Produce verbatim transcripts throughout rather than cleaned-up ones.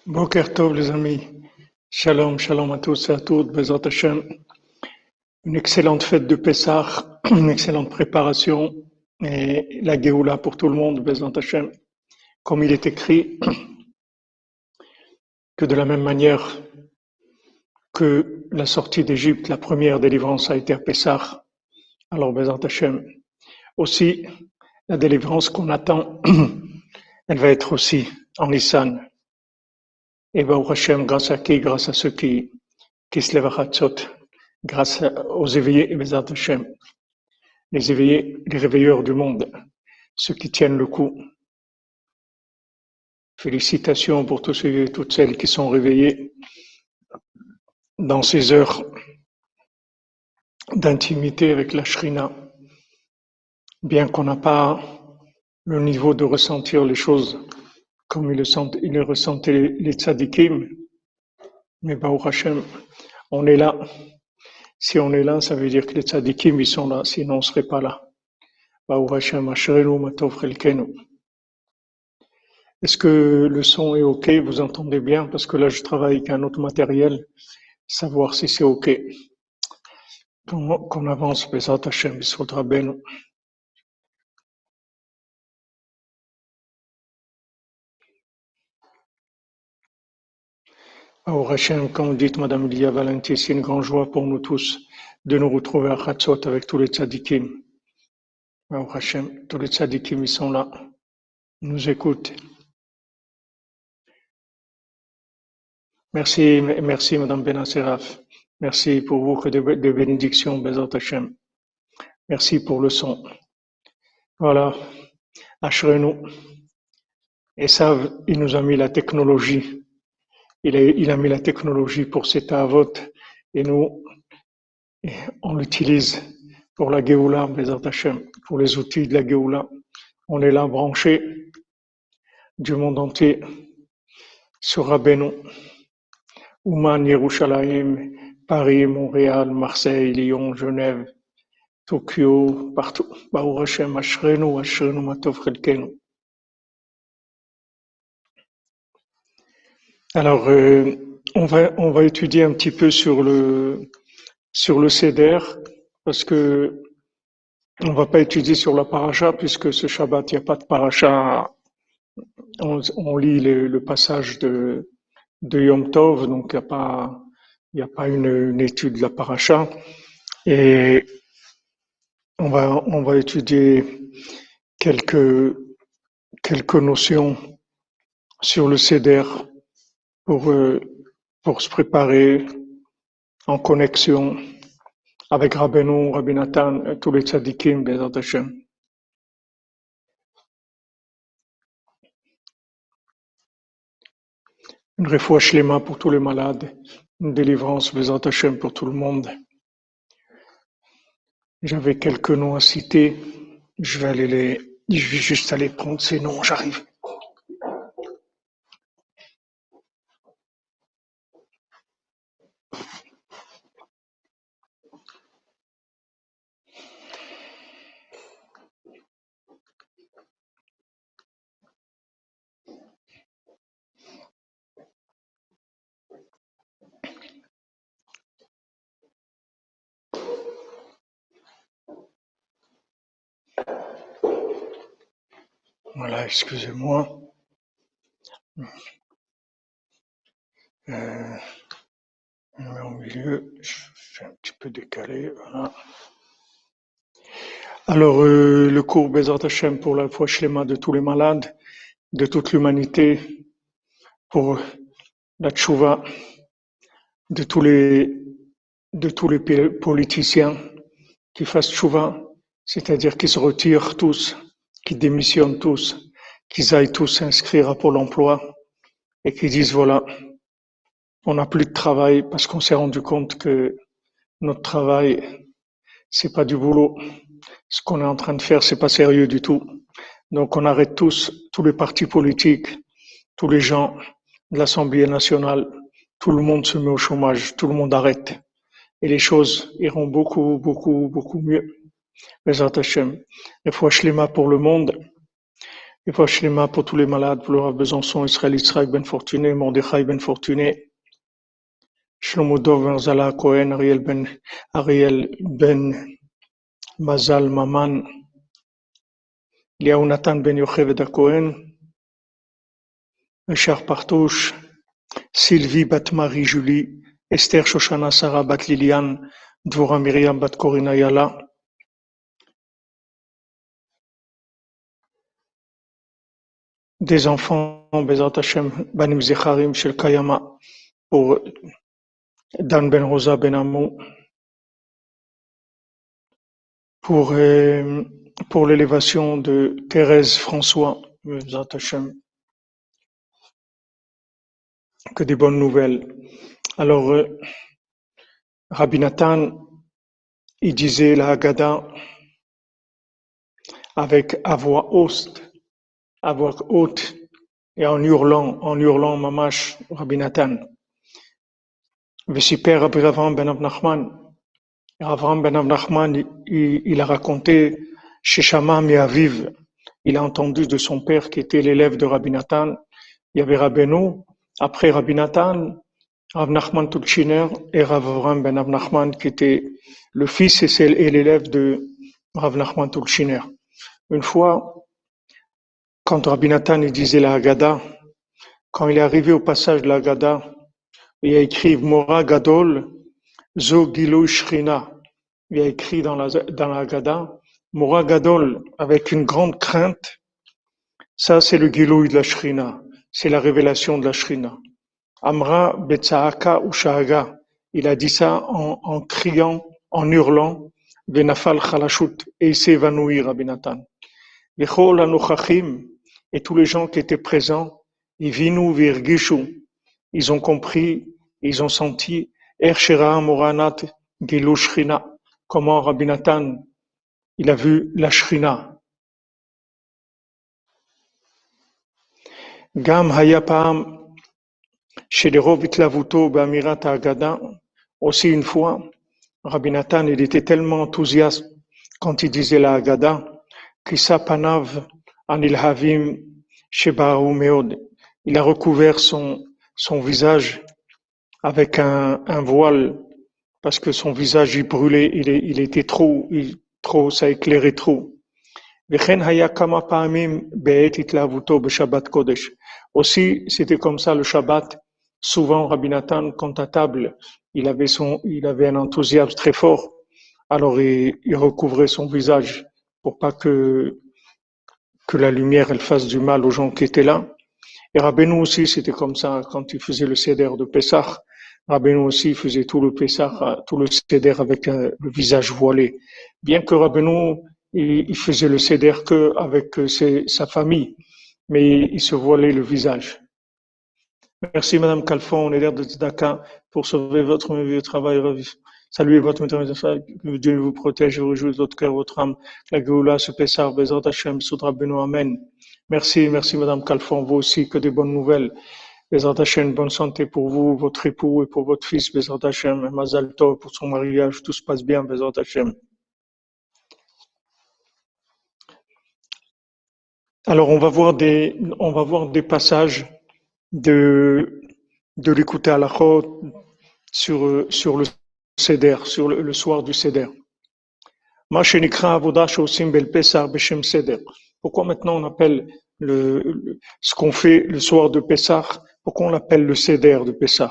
Boker Tov, les amis. Shalom, shalom à tous et à toutes. Bezat Hashem. Une excellente fête de Pessah, une excellente préparation et la Géoula pour tout le monde, Bezat Hashem. Comme il est écrit, que de la même manière que la sortie d'Égypte, la première délivrance a été à Pessah, alors Bezat Hashem. Aussi, la délivrance qu'on attend, elle va être aussi en Nissan. Et Baruch Hashem, grâce à qui? Grâce à ceux qui, qui se lèvent à Chatzot, grâce aux éveillés, Bezat Hashem, les éveillés, les réveilleurs du monde, ceux qui tiennent le coup. Félicitations pour tous ceux et toutes celles qui sont réveillés dans ces heures d'intimité avec la Shrina, bien qu'on n'a pas le niveau de ressentir les choses comme ils le, sentent, ils le ressentaient les, les tzadikim, mais Baruch Hashem, on est là. Si on est là, ça veut dire que les tzadikim, ils sont là, sinon on ne serait pas là. Baruch Hashem, Ashrenu Matov Chelkenu. Est-ce que le son est OK? Vous entendez bien? Parce que là, je travaille avec un autre matériel, savoir si c'est OK. Qu'on, qu'on avance, Bezat Hashem, Bissoudra Ben. Baruch Hashem, comme dit Madame Lia Valenti, c'est une grande joie pour nous tous de nous retrouver à Chatzot avec tous les tzadikim. Baruch Hashem, tous les tzadikim, ils sont là, ils nous écoutent. Merci, merci Madame Benasseraf. Merci pour beaucoup de, de bénédictions, Bezat Hashem. Merci pour le son. Voilà, Ashrenu. Et ça, il nous a mis la technologie. Il a, il a mis la technologie pour cet avot et nous, on l'utilise pour la Géoula, Bezat Hashem, pour les outils de la Géoula. On est là branchés du monde entier sur Rabbeinu. Ouman, Yerushalayim, Paris, Montréal, Marseille, Lyon, Genève, Tokyo, partout. Baruch Hashem, Ashrenu, Ashrenu, Matov Chelkenu. Alors, euh, on va, on va étudier un petit peu sur le, sur le Seder, parce que on va pas étudier sur la paracha, puisque ce Shabbat, il n'y a pas de paracha. On, on lit le, le passage de, de Yom Tov, donc il n'y a pas, il n'y a pas une, une étude de la paracha. Et on va, on va étudier quelques, quelques notions sur le Seder pour, euh, pour se préparer en connexion avec Rabbeinu, Rabbi Nathan, tous les tzadikim, Bezat Hashem. Une refoua shlema pour tous les malades, une délivrance, Bezat Hashem, pour tout le monde. J'avais quelques noms à citer, je vais aller les, je vais juste aller prendre ces noms, j'arrive. Voilà, excusez-moi. Euh, je mets au milieu, je fais un petit peu décalé, voilà. Alors, euh, le cours Bezat Hashem pour la foi shlema de tous les malades, de toute l'humanité, pour la tchouva de tous les, de tous les politiciens qui fassent tchouva, c'est-à-dire qu'ils se retirent tous, qu'ils démissionnent tous, qu'ils aillent tous s'inscrire à Pôle emploi et qu'ils disent voilà, on n'a plus de travail parce qu'on s'est rendu compte que notre travail, c'est pas du boulot. Ce qu'on est en train de faire, c'est pas sérieux du tout. Donc on arrête tous, tous les partis politiques, tous les gens de l'Assemblée nationale, tout le monde se met au chômage, tout le monde arrête. Et les choses iront beaucoup, beaucoup, beaucoup mieux. Bezat Hashem. Et fois shlema pour le monde. Refoua Shlema pour tous les malades, pour le Rav Besançon, Israël Yitzhak Ben Fortuné, Mordechai Ben Fortuné, Shlomo Dov Ben Zala Cohen, Ariel Ben, Ariel Ben Mazal Maman, Liaou Nathan Ben Yocheved Cohen, Richard Partouche, Sylvie Bat Marie Julie, Esther Shoshana Sarah Bat Liliane, Dvora Myriam Bat Corina Yala, des enfants, Bezat Hashem, Banim Zecharim, Shel Kayama, pour Dan Ben Rosa Ben Amou, pour, euh, pour l'élévation de Thérèse François, Bezat Hashem, que des bonnes nouvelles. Alors, euh, Rabbi Nathan, il disait la Haggadah avec à voix haute, à voix haute et en hurlant, en hurlant Mamash, Rabbi Nathan. Vesiper Rabbi Avraham ben Avnachman, Avraham ben Avnachman, il, il a raconté chez Shama Miaviv, il a entendu de son père qui était l'élève de Rabbi Nathan, il y avait Rabbeinu, après Rabbi Nathan, Rav Nachman Tulchiner et Rav Avraham ben Avnachman qui était le fils et l'élève de Rav Nachman Tulchiner. Une fois, quand Rabbi Nathan il disait la Haggadah, quand il est arrivé au passage de la Haggadah, il a écrit Mora Gadol Zo Gilui Shrina. Il a écrit dans la, dans la Haggadah Mora Gadol avec une grande crainte. Ça, c'est le Gilui de la Shrina. C'est la révélation de la Shrina. Amra Betsaaka ou Shahaga. Il a dit ça en, en criant, en hurlant, Venafal Chalashut, et il s'est évanoui, Rabbi Nathan. Vechol Anochachim, et tous les gens qui étaient présents, Ivinu Virgishu, ils ont compris, ils ont senti, Ershera Moranat Gilu Shrina, comment Rabbi Nathan, il a vu la Shrina. Gam Hayapam, chez les Rovit Lavuto, Bamirat Haggadah, aussi une fois, Rabbi Nathan, il était tellement enthousiaste quand il disait la Haggadah, Kisa Panav Anilhavim Shebaou Meod. Il a recouvert son, son visage avec un, un voile parce que son visage il brûlait, il, il était trop, il, trop, ça éclairait trop. Aussi, c'était comme ça le Shabbat. Souvent, Rabbi Nathan, quand à table, il avait son, il avait un enthousiasme très fort. Alors, il, il recouvrait son visage pour pas que, que la lumière, elle fasse du mal aux gens qui étaient là. Et Rabbeinu aussi, c'était comme ça quand il faisait le Seder de Pessah. Rabbeinu aussi faisait tout le Pessah, tout le Seder avec un, le visage voilé. Bien que Rabbeinu, il, il faisait le Seder que avec ses, sa famille, mais il se voilait le visage. Merci Madame Calfon, on est l'air de Tzedaka pour sauver votre merveilleux travail. Saluez votre maître, que Dieu vous protège et vous réjouisse votre cœur, votre âme. La Géoula se Pessah, Bezrat Hashem, Soudra Beno, Amen. Merci, merci Madame Calfon, vous aussi, que des bonnes nouvelles. Bezrat Hashem, bonne santé pour vous, votre époux et pour votre fils, Bezrat Hashem, Mazal Tov pour son mariage, tout se passe bien, Bezrat Hashem. Alors on va voir des, on va voir des passages de, de l'écouter à la chôte sur, sur le Seder, sur le, le soir du Seder. Pourquoi maintenant on appelle le, le, ce qu'on fait le soir de Pessah, pourquoi on l'appelle le Seder de Pessah?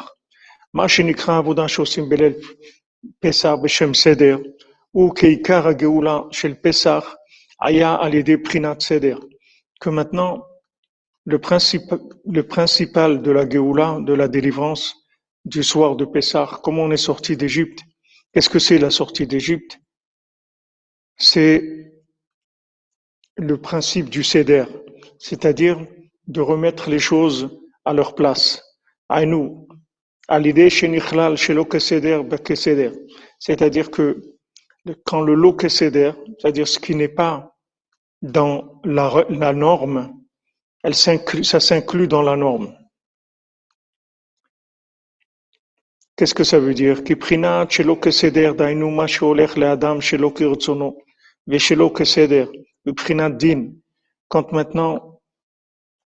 Pessah Beshem Seder, ou Keikar Geoula Shel Pessah, Aya Alide Prinat Seder, que maintenant le principal, le principal de la Géoula, de la délivrance du soir de Pessah, comment on est sorti d'Égypte? Qu'est-ce que c'est la sortie d'Égypte? C'est le principe du Seder, c'est-à-dire de remettre les choses à leur place. À nous, à l'idée shenichlal shelo keseder bekeseder, c'est-à-dire que quand le lo keseder, c'est-à-dire ce qui n'est pas dans la, la norme, elle s'inclut, ça s'inclut dans la norme. Qu'est-ce que ça veut dire? Kiprinat shelo keseder dainu ma sheolech le'adam shelo kirtzono ve shelo keseder, le prinat din. Quand maintenant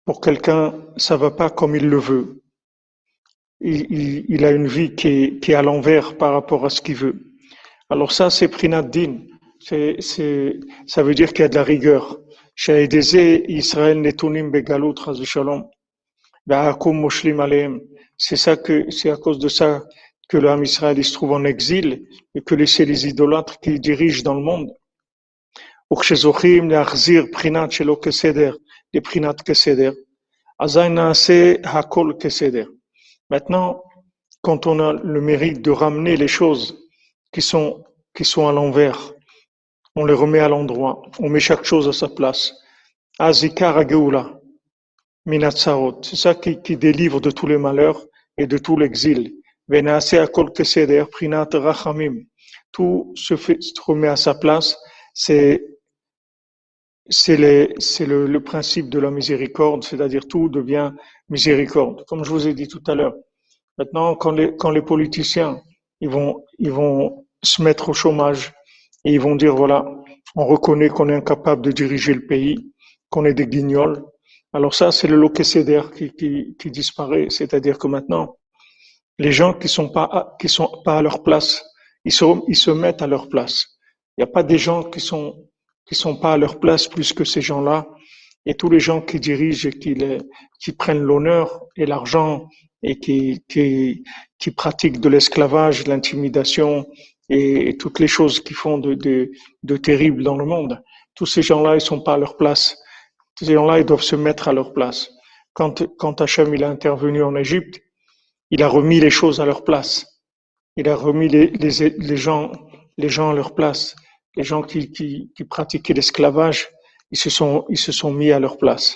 Pour quelqu'un, ça va pas comme il le veut. Il, il, il a une vie qui est, qui est à l'envers par rapport à ce qu'il veut. Alors ça, c'est Prinat Din. C'est, c'est, ça veut dire qu'il y a de la rigueur. Chez Israël netunim begalut chas v'shalom. Ba'akum moshlim aleim. C'est ça que, c'est à cause de ça que l'âme Israël il se trouve en exil et que c'est les idolâtres qui dirigent dans le monde. וכשזוכים להחזיר בחינת שלא כסדר לבחינת כסדר, אזי נעשה הכל כסדר. Maintenant, quand on a le mérite de ramener les choses qui sont, qui sont à l'envers, on les remet à l'endroit, on met chaque chose à sa place. Azikar Ageoula, Minatsarot, c'est ça qui, qui délivre de tous les malheurs et de tout l'exil. Venaase Akol Keseder, Prinat Rachamim, tout se, fait, se remet à sa place, c'est c'est, les, c'est le, le principe de la miséricorde, c'est-à-dire tout devient miséricorde, comme je vous ai dit tout à l'heure. Maintenant, quand les, quand les politiciens ils vont, ils vont se mettre au chômage et ils vont dire, voilà, on reconnaît qu'on est incapable de diriger le pays, qu'on est des guignols, alors ça, c'est le loquécédaire qui, qui, qui disparaît, c'est-à-dire que maintenant, les gens qui sont pas, qui sont pas à leur place, ils se, ils se mettent à leur place. Il n'y a pas des gens qui sont qui sont pas à leur place plus que ces gens-là, et tous les gens qui dirigent et qui, les, qui prennent l'honneur et l'argent et qui, qui, qui pratiquent de l'esclavage, de l'intimidation et, et toutes les choses qui font de, de, de terrible dans le monde. Tous ces gens-là, ils sont pas à leur place. Tous ces gens-là, ils doivent se mettre à leur place. Quand, quand Hachem il a intervenu en Égypte, il a remis les choses à leur place. Il a remis les, les, les gens, les gens à leur place. Les gens qui, qui, qui pratiquaient l'esclavage, ils se sont, ils se sont mis à leur place.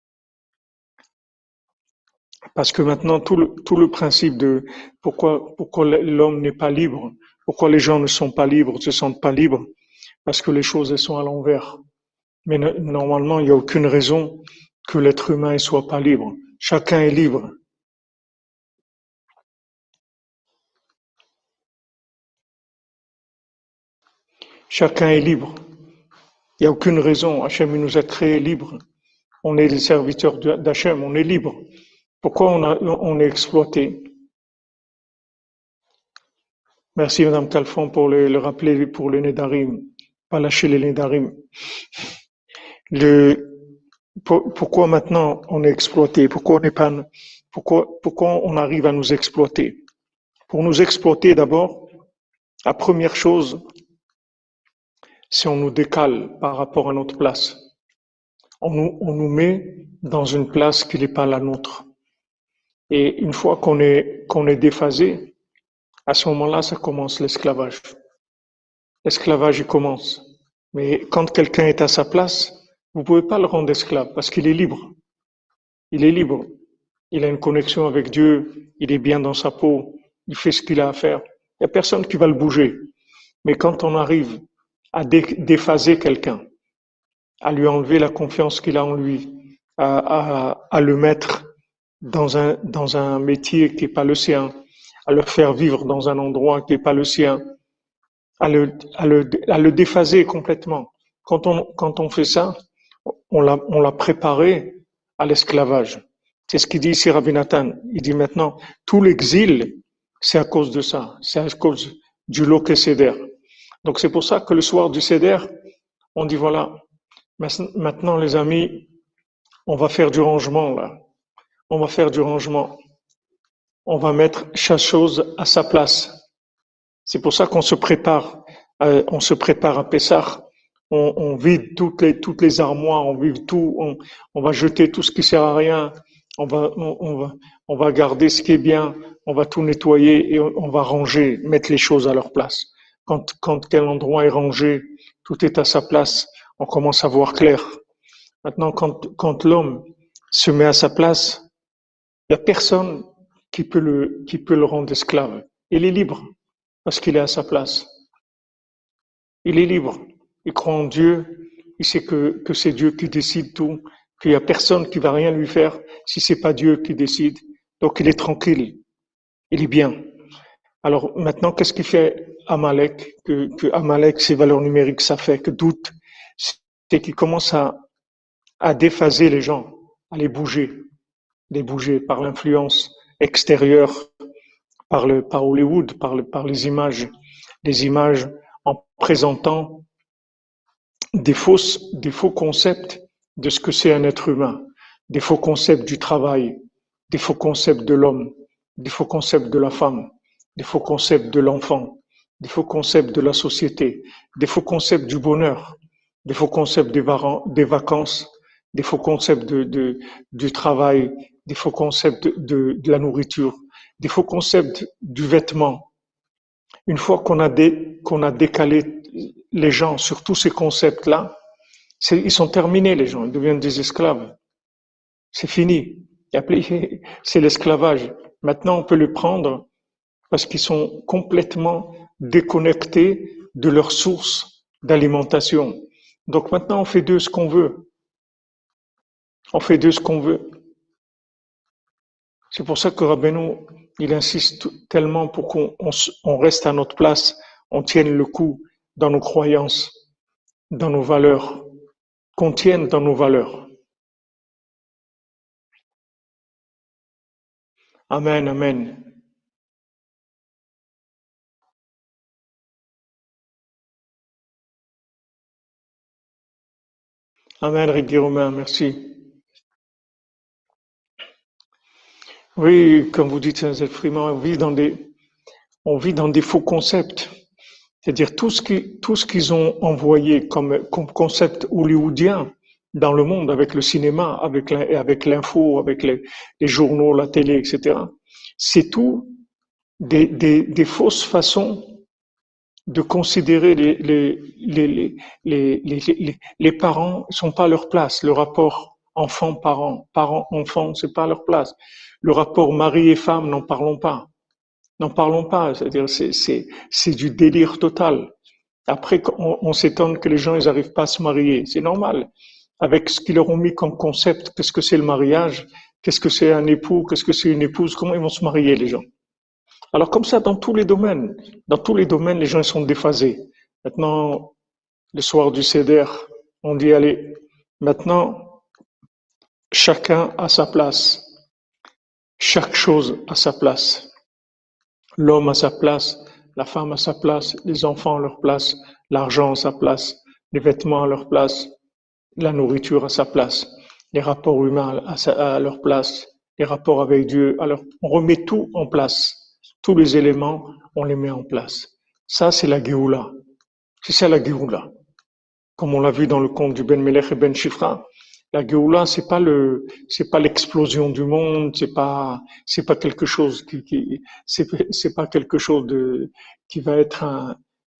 Parce que maintenant, tout le, tout le principe de pourquoi, pourquoi l'homme n'est pas libre, pourquoi les gens ne sont pas libres, ne se sentent pas libres, parce que les choses elles sont à l'envers. Mais normalement, il n'y a aucune raison que l'être humain ne soit pas libre. Chacun est libre. Chacun est libre. Il n'y a aucune raison. Hachem nous a créés libres. On est des serviteurs d'Hachem, on est libre. Pourquoi on, a, on est exploité? Merci Madame Calfon pour le, le rappeler pour les Nédarim. Pas lâcher les Nédarim. Le, pour, pourquoi maintenant on est exploité? Pourquoi on n'est pas, pourquoi, pourquoi on arrive à nous exploiter? Pour nous exploiter d'abord, la première chose, c'est on nous décale par rapport à notre place. On nous, on nous met dans une place qui n'est pas la nôtre. Et une fois qu'on est, qu'on est déphasé, à ce moment-là, ça commence l'esclavage. L'esclavage, il commence. Mais quand quelqu'un est à sa place, vous ne pouvez pas le rendre esclave parce qu'il est libre. Il est libre. Il a une connexion avec Dieu. Il est bien dans sa peau. Il fait ce qu'il a à faire. Il n'y a personne qui va le bouger. Mais quand on arrive à déphaser quelqu'un, à lui enlever la confiance qu'il a en lui, à, à, à le mettre dans un, dans un métier qui n'est pas le sien, à le faire vivre dans un endroit qui n'est pas le sien, à le, à le, à le déphaser complètement. Quand on, quand on fait ça, on l'a, on l'a préparé à l'esclavage. C'est ce qu'il dit ici Rabbi Nathan. Il dit maintenant, tout l'exil, c'est à cause de ça. C'est à cause du Loké Seder. Donc c'est pour ça que le soir du Seder, on dit voilà, maintenant les amis, on va faire du rangement là. On va faire du rangement. On va mettre chaque chose à sa place. C'est pour ça qu'on se prépare, euh, on se prépare à Pessah. On, on vide toutes les toutes les armoires, on vide tout, on, on va jeter tout ce qui sert à rien. On va on, on va on va garder ce qui est bien. On va tout nettoyer et on, on va ranger, mettre les choses à leur place. Quand quand quel endroit est rangé, tout est à sa place. On commence à voir clair. Maintenant, quand quand l'homme se met à sa place, il n'y a personne qui peut le, qui peut le rendre esclave. Il est libre parce qu'il est à sa place. Il est libre. Il croit en Dieu. Il sait que, que c'est Dieu qui décide tout, qu'il n'y a personne qui va rien lui faire si c'est pas Dieu qui décide. Donc il est tranquille. Il est bien. Alors maintenant, qu'est-ce qui fait Amalek, que, que Amalek, ses valeurs numériques, ça fait que doute, c'est qu'il commence à, à déphaser les gens. à les bouger, les bouger par l'influence extérieure, par, le, par Hollywood, par, le, par les images, les images en présentant des, fausses, des faux concepts de ce que c'est un être humain, des faux concepts du travail, des faux concepts de l'homme, des faux concepts de la femme, des faux concepts de l'enfant, des faux concepts de la société, des faux concepts du bonheur, des faux concepts des, des vacances, des faux concepts de, de, du travail, des faux concepts de, de, de la nourriture, des faux concepts du vêtement. Une fois qu'on a, dé, qu'on a décalé les gens sur tous ces concepts-là, c'est, ils sont terminés, les gens, ils deviennent des esclaves. C'est fini. C'est l'esclavage. Maintenant, on peut les prendre parce qu'ils sont complètement déconnectés de leur source d'alimentation. Donc maintenant, on fait d'eux ce qu'on veut. On fait d'eux ce qu'on veut. C'est pour ça que Rabbeinu, il insiste tellement pour qu'on on, on reste à notre place, on tienne le coup dans nos croyances, dans nos valeurs, qu'on tienne dans nos valeurs. Amen, amen. Amen, Régui Romain, merci. Oui, comme vous dites, Freeman, on vit dans des, on vit dans des faux concepts. C'est-à-dire tout ce qui, tout ce qu'ils ont envoyé comme, comme concept hollywoodien dans le monde, avec le cinéma, avec, avec l'info, avec les, les journaux, la télé, et cetera. C'est tout des, des, des fausses façons de considérer les, les, les, les, les, les, les, les parents ne sont pas à leur place. Le rapport enfant-parent, parent-enfant, c'est pas à leur place. Le rapport mari et femme, n'en parlons pas. N'en parlons pas. C'est-à-dire, c'est, c'est, c'est du délire total. Après, on, on s'étonne que les gens, ils n'arrivent pas à se marier. C'est normal. Avec ce qu'ils leur ont mis comme concept, qu'est-ce que c'est le mariage? Qu'est-ce que c'est un époux? Qu'est-ce que c'est une épouse? Comment ils vont se marier, les gens? Alors comme ça, dans tous les domaines, dans tous les domaines, les gens sont déphasés. Maintenant, le soir du Seder, on dit, allez, maintenant, chacun a sa place. Chaque chose a sa place. L'homme a sa place, la femme a sa place, les enfants à leur place, l'argent a sa place, les vêtements à leur place, la nourriture à sa place, les rapports humains à, sa, à leur place, les rapports avec Dieu. Alors, on remet tout en place. Tous les éléments, on les met en place. Ça, c'est la Géoula. C'est ça la Géoula. Comme on l'a vu dans le conte du Ben Melech et Ben Shifra, la Géoula, c'est pas le, c'est pas l'explosion du monde, c'est pas, c'est pas quelque chose qui, qui c'est, c'est pas quelque chose de, qui va être un,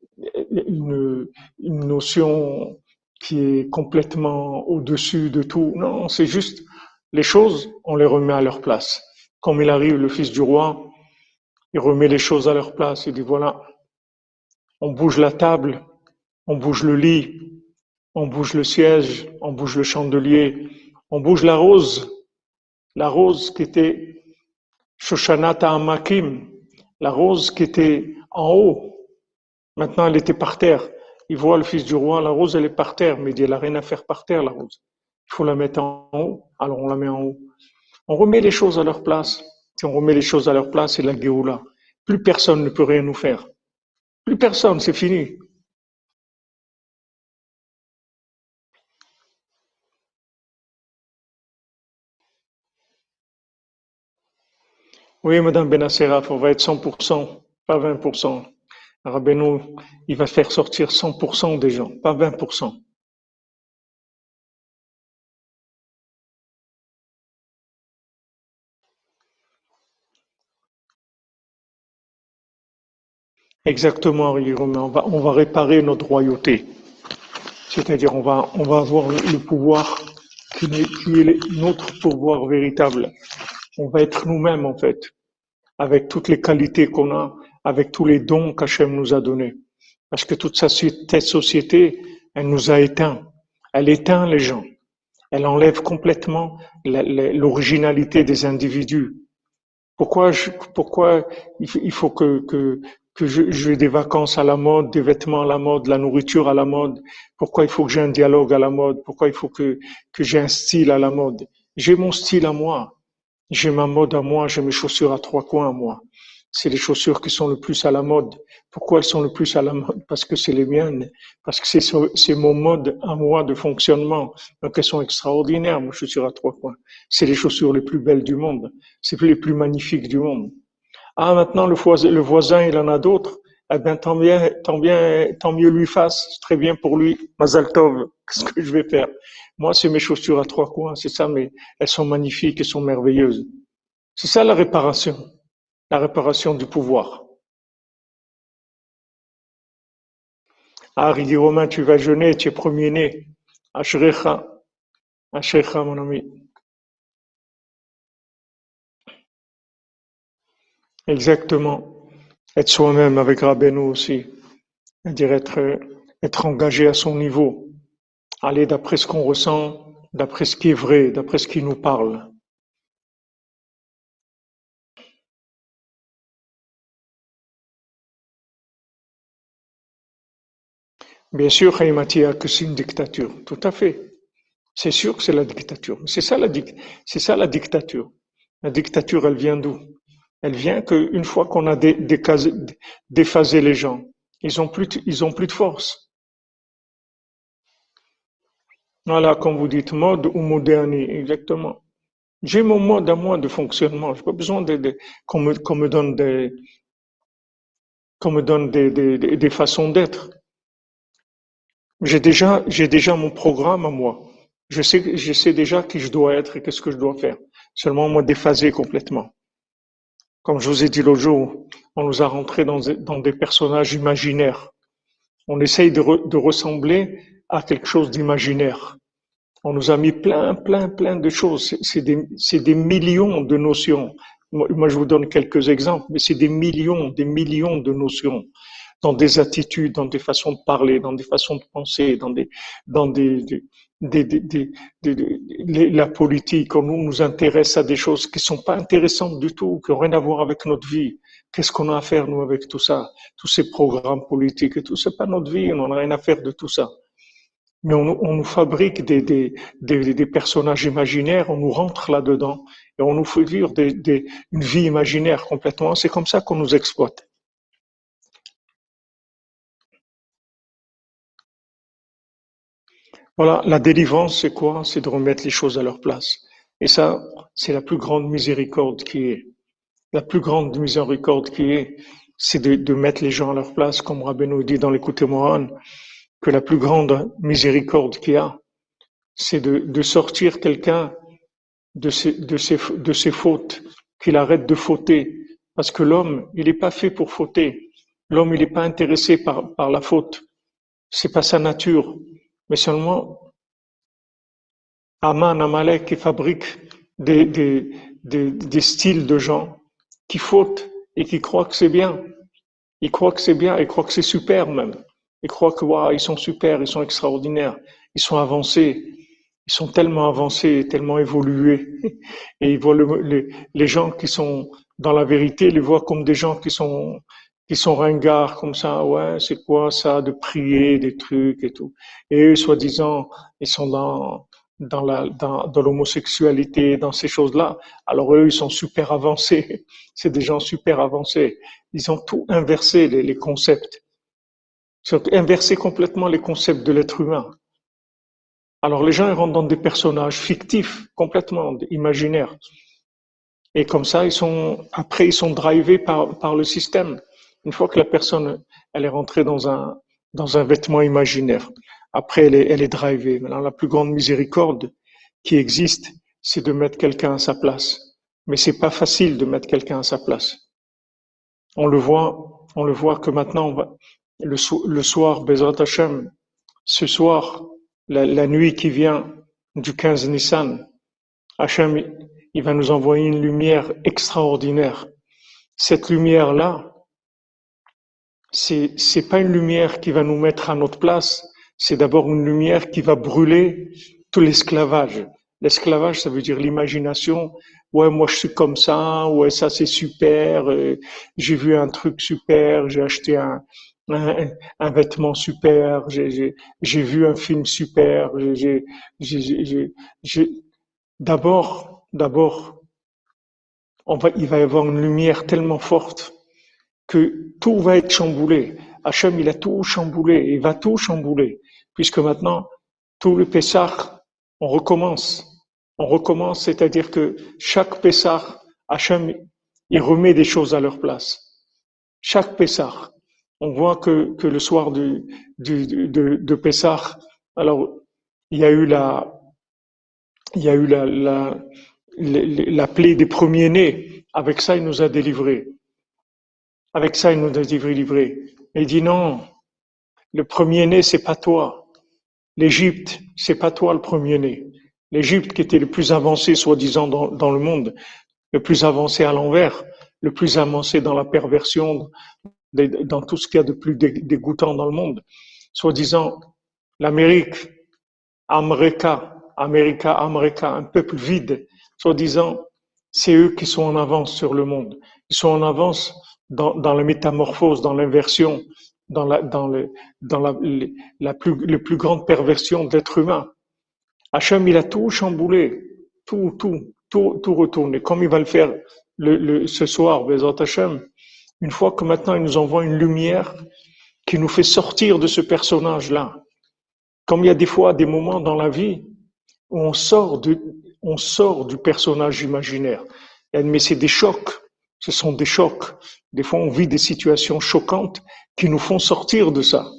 une, une notion qui est complètement au-dessus de tout. Non, c'est juste les choses, on les remet à leur place. Comme il arrive, le fils du roi, il remet les choses à leur place. Il dit voilà, on bouge la table, on bouge le lit, on bouge le siège, on bouge le chandelier, on bouge la rose, la rose qui était Shoshanata Amakim, la rose qui était en haut. Maintenant, elle était par terre. Il voit le fils du roi, la rose, elle est par terre, mais il dit, elle n'a rien à faire par terre, la rose. Il faut la mettre en haut, alors on la met en haut. On remet les choses à leur place. Si on remet les choses à leur place, c'est la Géoula. Plus personne ne peut rien nous faire. Plus personne, c'est fini. Oui, Madame Benacerraf, on va être cent pour cent, pas vingt pour cent. Rabbeinu, il va faire sortir cent pour cent des gens, pas vingt pour cent. Exactement, Henri Romain. On va, on va réparer notre royauté. C'est-à-dire, on va, on va avoir le pouvoir qui est, qui est notre pouvoir véritable. On va être nous-mêmes, en fait, avec toutes les qualités qu'on a, avec tous les dons qu'Hachem nous a donnés. Parce que toute cette société, elle nous a éteints. Elle éteint les gens. Elle enlève complètement l'originalité des individus. Pourquoi, je, pourquoi il faut que, que, que j'ai des vacances à la mode, des vêtements à la mode, la nourriture à la mode? Pourquoi il faut que j'ai un dialogue à la mode? Pourquoi il faut que, que j'ai un style à la mode? J'ai mon style à moi. J'ai ma mode à moi, j'ai mes chaussures à trois coins à moi. C'est les chaussures qui sont le plus à la mode. Pourquoi elles sont le plus à la mode? Parce que c'est les miennes, parce que c'est so- c'est mon mode à moi de fonctionnement. Donc elles sont extraordinaires, mes chaussures à trois coins. C'est les chaussures les plus belles du monde. C'est les plus magnifiques du monde. Ah, maintenant le voisin, le voisin il en a d'autres. Eh bien, tant bien, tant bien, tant mieux lui fasse. C'est très bien pour lui. Mazal tov. Qu'est-ce que je vais faire? Moi, c'est mes chaussures à trois coins, c'est ça, mais elles sont magnifiques, elles sont merveilleuses. C'est ça la réparation, la réparation du pouvoir. Ah, il dit Romain, tu vas jeûner, tu es premier-né. Ashrecha, Ashrecha, mon ami. Exactement. Être soi-même avec Rabbeinu aussi. C'est-à-dire être, être engagé à son niveau. Aller d'après ce qu'on ressent, d'après ce qui est vrai, d'après ce qui nous parle. Bien sûr, Haïmatia, que c'est une dictature. Tout à fait. C'est sûr que c'est la dictature. C'est ça la, dic- c'est ça la dictature. La dictature, elle vient d'où? Elle vient qu'une fois qu'on a dé- décasé- déphasé les gens, ils ont plus, de- ils ont plus de force. Voilà, comme vous dites, mode ou modernité, exactement. J'ai mon mode à moi de fonctionnement. J'ai pas besoin de, de- qu'on me, qu'on me donne des, qu'on me donne des, des, des- des façons d'être. J'ai déjà, j'ai déjà mon programme à moi. Je sais, je sais déjà qui je dois être et qu'est-ce que je dois faire. Seulement, moi, déphaser complètement. Comme je vous ai dit l'autre jour, on nous a rentrés dans, dans des personnages imaginaires. On essaye de, re- de ressembler à quelque chose d'imaginaire. On nous a mis plein, plein, plein de choses. C'est c'est des, c'est des millions de notions. Moi, moi, je vous donne quelques exemples, mais c'est des millions, des millions de notions dans des attitudes, dans des façons de parler, dans des façons de penser, dans des, dans des, des, des, des, des- des- des- les- la politique. On nous, nous intéresse à des choses qui sont pas intéressantes du tout, qui n'ont rien à voir avec notre vie. Qu'est-ce qu'on a à faire, nous, avec tout ça? Tous ces programmes politiques et tout, c'est pas notre vie, on n'en a rien à faire de tout ça. Mais on, on nous fabrique des, des, des, des personnages imaginaires, on nous rentre là-dedans et on nous fait vivre des, des, une vie imaginaire complètement. C'est comme ça qu'on nous exploite. Voilà, la délivrance, c'est quoi? C'est de remettre les choses à leur place. Et ça, c'est la plus grande miséricorde qui est. La plus grande miséricorde qui est, c'est de, de mettre les gens à leur place, comme Rabbeinu dit dans l'Écoute Moran, que la plus grande miséricorde qu'il y a, c'est de, de sortir quelqu'un de ses, de, ses, de ses fautes, qu'il arrête de fauter. Parce que l'homme, il n'est pas fait pour fauter. L'homme, il n'est pas intéressé par, par la faute. C'est pas sa nature. Mais seulement, Aman, Amalek, qui fabrique des, des, des, des styles de gens qui fautent et qui croient que c'est bien. Ils croient que c'est bien, ils croient que c'est super même. Ils croient que waouh, ils sont super, ils sont extraordinaires, ils sont avancés, ils sont tellement avancés, tellement évolués. Et ils voient le- les, les gens qui sont dans la vérité, ils les voient comme des gens qui sont qui sont ringards comme ça. Ouais, c'est quoi ça de prier des trucs et tout. Et eux, soi-disant, ils sont dans dans la dans, dans l'homosexualité, dans ces choses-là. Alors eux, ils sont super avancés. C'est des gens super avancés. Ils ont tout inversé, les, les concepts. Ils ont inversé complètement les concepts de l'être humain. Alors les gens ils rentrent dans des personnages fictifs, complètement imaginaires. Et comme ça, ils sont, après, ils sont drivés par, par le système. Une fois que la personne, elle est rentrée dans un, dans un vêtement imaginaire, après, elle est, elle est drivée. Maintenant, la plus grande miséricorde qui existe, c'est de mettre quelqu'un à sa place. Mais c'est pas facile de mettre quelqu'un à sa place. On le voit, on le voit que maintenant, on va, le, le soir, Bezrat Hashem, ce soir, la, la nuit qui vient du quinze Nissan, Hachem, il va nous envoyer une lumière extraordinaire. Cette lumière-là, c'est, c'est pas une lumière qui va nous mettre à notre place, c'est d'abord une lumière qui va brûler tout l'esclavage. L'esclavage, ça veut dire l'imagination. Ouais, moi je suis comme ça, ouais, ça c'est super, euh, j'ai vu un truc super, j'ai acheté un, un, un vêtement super, j'ai, j'ai, j'ai vu un film super, j'ai, j'ai, j'ai, j'ai, j'ai- d'abord, d'abord, on va, il va y avoir une lumière tellement forte que tout va être chamboulé. Hachem, il a tout chamboulé, il va tout chambouler, puisque maintenant, tout le Pessah, on recommence. On recommence, c'est-à-dire que chaque Pessah, Hachem, il remet des choses à leur place. Chaque Pessah. On voit que, que le soir du, du, de, de Pessah, alors, il y a eu la, il y a eu la, la, la, la plaie des premiers-nés. Avec ça, il nous a délivrés. Avec ça, il nous a délivrés. Et il dit non, le premier-né, c'est pas toi. L'Égypte, c'est pas toi le premier-né. L'Égypte qui était le plus avancé, soi-disant, dans, dans le monde, le plus avancé à l'envers, le plus avancé dans la perversion, dans tout ce qu'il y a de plus dégoûtant dans le monde. Soi-disant, l'Amérique, América, America, America, un peuple vide, soi-disant, c'est eux qui sont en avance sur le monde. Ils sont en avance dans, dans la métamorphose, dans l'inversion, dans la, dans le, dans la, la plus, la plus grande perversion d'être humain. Hachem, il a tout chamboulé, tout, tout, tout, tout retourné, comme il va le faire le, le, ce soir, Bezat Hachem. Une fois que maintenant il nous envoie une lumière qui nous fait sortir de ce personnage-là. Comme il y a des fois des moments dans la vie où on sort du, on sort du personnage imaginaire. Mais c'est des chocs. Ce sont des chocs. Des fois, on vit des situations choquantes qui nous font sortir de ça.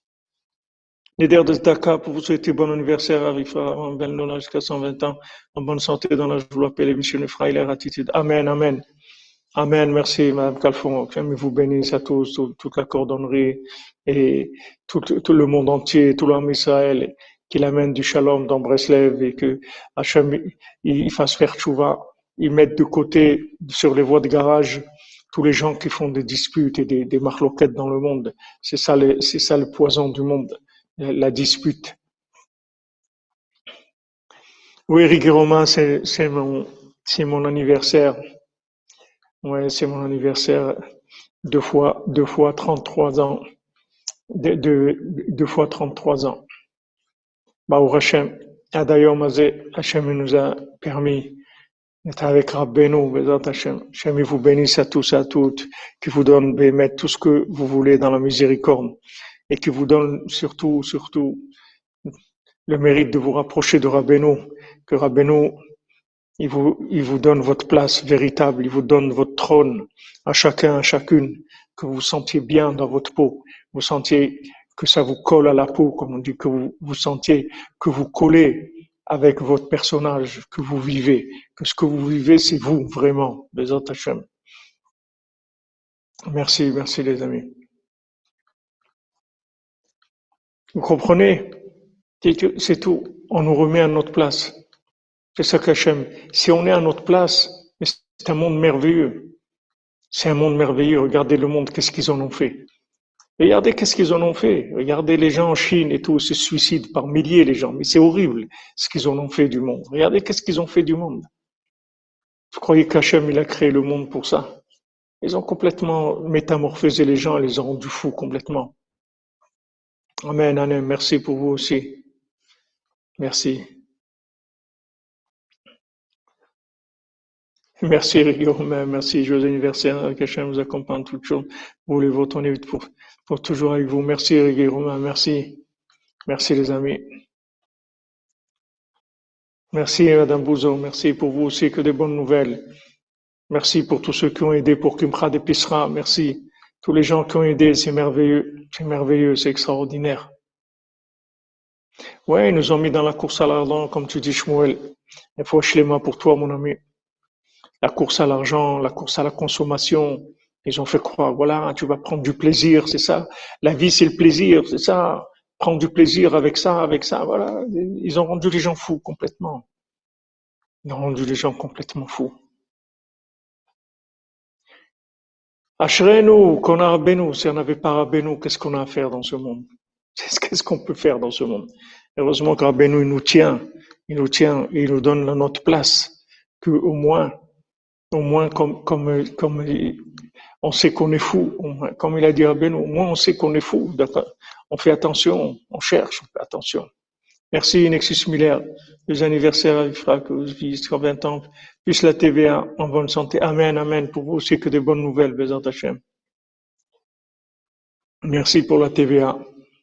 Neder de Dakar, pour vous souhaiter bon anniversaire, Arifa, en belle nona jusqu'à cent vingt ans, en bonne santé dans la joie, paix, les missions, et la gratitude. Amen, amen. Amen, merci Madame Calfon, que vous bénisse à tous, tout, toute la cordonnerie et tout, tout le monde entier, tout l'homme Israël, qu'il amène du shalom dans Breslev et que Hachem il fasse faire tchouva, il mette de côté sur les voies de garage tous les gens qui font des disputes et des, des marloquettes dans le monde. C'est ça, le, c'est ça le poison du monde, la dispute. Oui, Rigue Romain, c'est, c'est mon, c'est mon anniversaire. Ouais, c'est mon anniversaire. Deux fois, deux fois trente-trois ans. De, de, deux fois trente-trois ans. Bah, au Hachem, Adayom Azeh, Hachem nous a permis d'être avec Rabbeinu, Bezat Hachem. Hachem, il vous bénisse à tous et à toutes, qui vous donne, mettre tout ce que vous voulez dans la miséricorde, et qui vous donne surtout, surtout, le mérite de vous rapprocher de Rabbeinu, que Rabbeinu, il vous, il vous donne votre place véritable, il vous donne votre trône à chacun, à chacune, que vous vous sentiez bien dans votre peau, vous sentiez que ça vous colle à la peau, comme on dit, que vous vous sentiez que vous collez avec votre personnage, que vous vivez, que ce que vous vivez, c'est vous, vraiment, Bezat Hachem. Merci, merci les amis. Vous comprenez? C'est tout, on nous remet à notre place. C'est ça qu'Hachem, si on est à notre place, c'est un monde merveilleux. C'est un monde merveilleux. Regardez le monde, qu'est-ce qu'ils en ont fait. Regardez qu'est-ce qu'ils en ont fait. Regardez les gens en Chine et tout, se suicident par milliers les gens. Mais c'est horrible ce qu'ils en ont fait du monde. Regardez qu'est-ce qu'ils ont fait du monde. Vous croyez qu'Hachem, il a créé le monde pour ça? Ils ont complètement métamorphosé les gens et les ont rendus fous complètement. Amen, amen. Merci pour vous aussi. Merci. Merci Romain, merci, joyeux anniversaire, que Hachem vous accompagne toute chose. Vous voulez votre vite pour, pour toujours avec vous. Merci Romain, merci. Merci les amis. Merci Madame Bouzou, merci pour vous aussi, que des bonnes nouvelles. Merci pour tous ceux qui ont aidé pour Kimcha de Pisra, merci. Tous les gens qui ont aidé, c'est merveilleux, c'est merveilleux, c'est extraordinaire. Ouais, ils nous ont mis dans la course à l'argent, comme tu dis Shmuel. Il faut shlema pour toi, mon ami. La course à l'argent, la course à la consommation, ils ont fait croire, voilà, tu vas prendre du plaisir, c'est ça. La vie, c'est le plaisir, c'est ça. Prendre du plaisir avec ça, avec ça, voilà. Ils ont rendu les gens fous complètement. Ils ont rendu les gens complètement fous. Ashrenu, qu'on a Rabbeinu, si on n'avait pas Rabbeinu, qu'est-ce qu'on a à faire dans ce monde? Qu'est-ce qu'on peut faire dans ce monde? Heureusement que Rabbeinu, il nous tient, il nous tient, et il nous donne notre place, que au moins, au moins comme, comme, comme on sait qu'on est fou, comme il a dit Rabbeinu, au moins on sait qu'on est fou, on fait attention, on cherche, on fait attention. Merci, Nexus Miller. Les anniversaires, il fera que vous vivez vingt ans. Plus la T V A en bonne santé. Amen, amen. Pour vous aussi que des bonnes nouvelles, Bézant Hachem. Merci pour la T V A.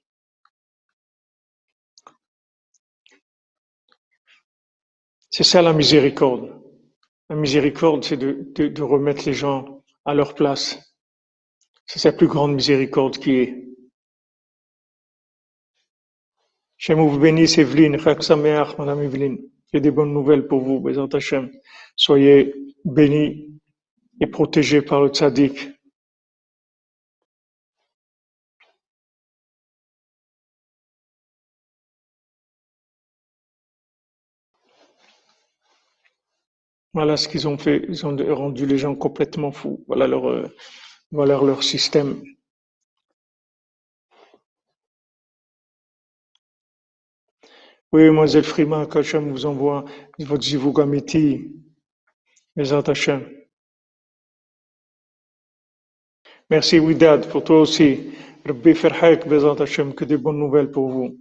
C'est ça la miséricorde. La miséricorde, c'est de, de, de remettre les gens à leur place. C'est sa plus grande miséricorde qui est. Hachem vous bénisse, Evelyne, Chag Sameach, Madame Evelyne. J'ai des bonnes nouvelles pour vous, Bézant Hachem. Soyez bénis et protégés par le tzaddik. Voilà ce qu'ils ont fait. Ils ont rendu les gens complètement fous. Voilà leur, euh, voilà leur système. Oui, mademoiselle Frima, qu'Hachem vous envoie votre zivug amiti, Bézant Hachem. Merci Widad, pour toi aussi. Rabbi Ferhak, Bézant Hachem, que des bonnes nouvelles pour vous.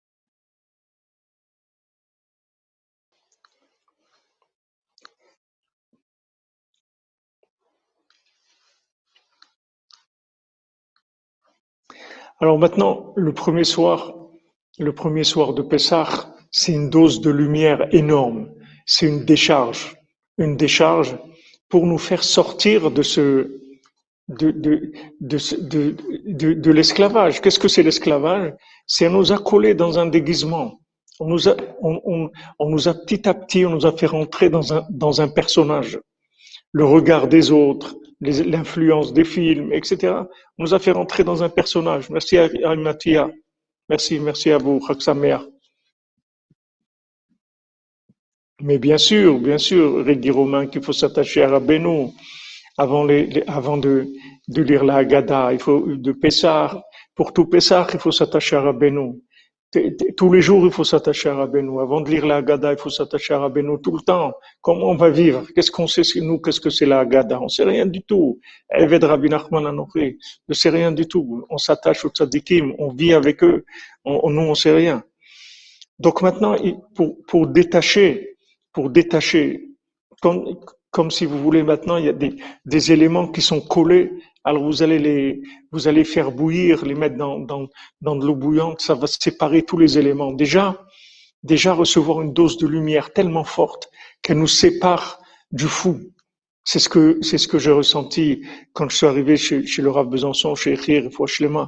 Alors maintenant, le premier soir, le premier soir de Pessah, c'est une dose de lumière énorme. C'est une décharge, une décharge pour nous faire sortir de ce, de, de, de, de, de, de l'esclavage. Qu'est-ce que c'est l'esclavage? C'est on nous a collés dans un déguisement. On nous a, on, on, on nous a petit à petit, on nous a fait rentrer dans un, dans un personnage. Le regard des autres, les- l'influence des films, et cetera. On nous a fait rentrer dans un personnage. Merci à, à Mathia. Merci, merci à vous, Raksamer. Mais bien sûr, bien sûr, Rédi Romain, qu'il faut s'attacher à Rabbeinu avant, les, les- avant de, de lire la Haggadah. Il faut de Pessah. Pour tout Pessah, il faut s'attacher à Rabbeinu. T- t- Tous les jours, il faut s'attacher à Rabbeinu. Avant de lire la Haggadah, il faut s'attacher à Rabbeinu tout le temps. Comment on va vivre? Qu'est-ce qu'on sait, nous, qu'est-ce que c'est la Haggadah? On sait rien du tout. Eved Rabbi Nachman Anochi, ne sait rien du tout. On s'attache aux tzadikim, on vit avec eux. On, on- nous, on sait rien. Donc maintenant, il- pour, pour détacher, pour détacher, comme, comme si vous voulez maintenant, il y a des, des éléments qui sont collés. Alors vous allez les, vous allez faire bouillir, les mettre dans, dans, dans de l'eau bouillante, ça va séparer tous les éléments. Déjà, déjà recevoir une dose de lumière tellement forte qu'elle nous sépare du fou. C'est ce que, c'est ce que j'ai ressenti quand je suis arrivé chez, chez le Rav Besançon, chez Echir, Fouachlema.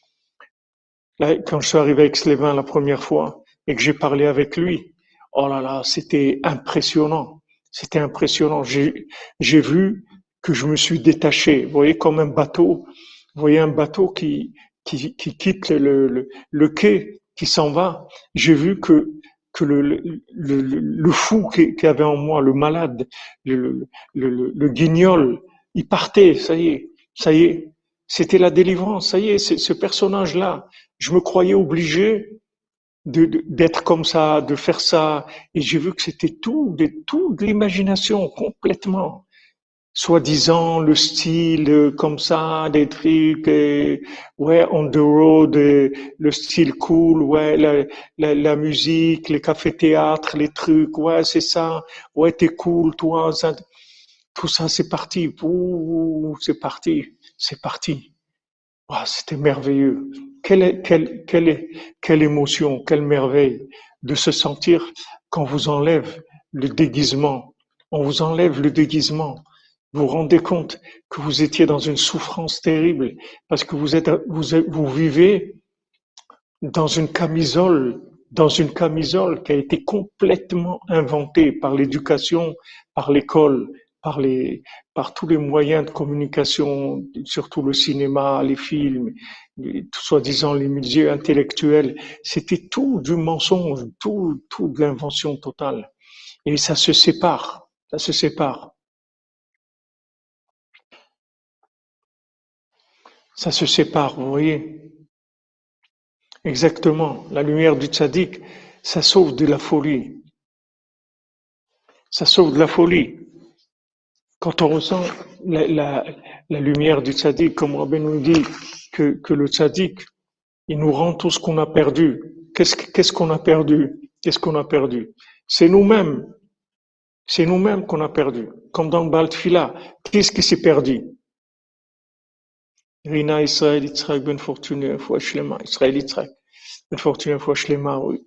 Là, quand je suis arrivé avec Slévin la première fois et que j'ai parlé avec lui, oh là là, c'était impressionnant. C'était impressionnant. J'ai, j'ai vu que je me suis détaché. Vous voyez, comme un bateau. Vous voyez un bateau qui, qui, qui quitte le, le, le quai, qui s'en va. J'ai vu que, que le, le, le, le fou qui, qui avait en moi, le malade, le, le, le, le, le guignol, il partait. Ça y est, ça y est. C'était la délivrance. Ça y est, c'est ce personnage-là. Je me croyais obligé de, de- d'être comme ça, de faire ça, et j'ai vu que c'était tout, de, tout de l'imagination complètement. Soi-disant le style euh, comme ça, des trucs, euh, ouais, on the road, euh, le style cool, ouais, la, la, la musique, les cafés-théâtres, les trucs, ouais, c'est ça, ouais, t'es cool, toi, ça, tout ça, c'est parti, ouh, c'est parti, c'est parti. Ah, c'était merveilleux. Quelle, quelle, quelle, quelle émotion, quelle merveille de se sentir qu'on vous enlève le déguisement. On vous enlève le déguisement. Vous vous rendez compte que vous étiez dans une souffrance terrible parce que vous êtes, vous, êtes- vous vivez dans une camisole, dans une camisole qui a été complètement inventée par l'éducation, par l'école, par les, par tous les moyens de communication, surtout le cinéma, les films, les- soi-disant les musées intellectuels. C'était tout du mensonge, tout, tout de l'invention totale. Et ça se sépare, ça se sépare, ça se sépare, vous voyez. Exactement. La lumière du tzaddik, ça sauve de la folie. Ça sauve de la folie. Quand on ressent la, la, la lumière du tzaddik, comme Rabbi nous dit que, que le tzaddik, il nous rend tout ce qu'on a perdu. qu'est-ce, qu'est-ce qu'on a perdu? Qu'est-ce qu'on a perdu? C'est nous-mêmes. C'est nous-mêmes qu'on a perdu. Comme dans le Baal Tfila. Qu'est-ce qui s'est perdu? Rina Israël Yitzhak Ben Fortuné, fois Shlema. Israël Yitzhak Ben Fortuné, fois Shlema, oui.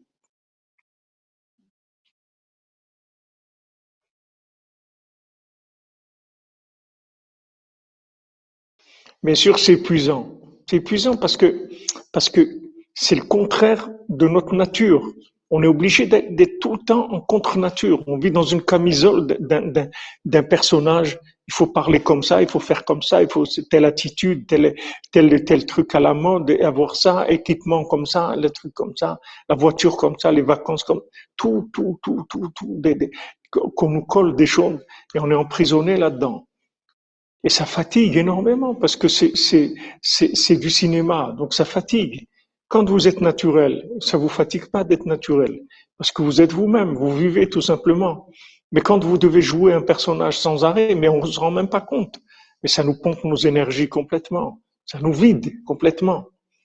Bien sûr, c'est épuisant. C'est épuisant parce que parce que c'est le contraire de notre nature. On est obligé d'être, d'être tout le temps en contre-nature. On vit dans une camisole d'un, d'un, d'un personnage. Il faut parler comme ça, il faut faire comme ça, il faut telle attitude, tel, tel, tel truc à la mode, et avoir ça, équipement comme ça, le truc comme ça, la voiture comme ça, les vacances comme tout, tout, tout, tout, tout, des, des, qu'on nous colle des choses et on est emprisonné là-dedans. Et ça fatigue énormément parce que c'est, c'est, c'est, c'est du cinéma, donc ça fatigue. Quand vous êtes naturel, ça vous fatigue pas d'être naturel parce que vous êtes vous-même, vous vivez tout simplement. Mais quand vous devez jouer un personnage sans arrêt, mais on ne se rend même pas compte, mais ça nous pompe nos énergies complètement, ça nous vide complètement.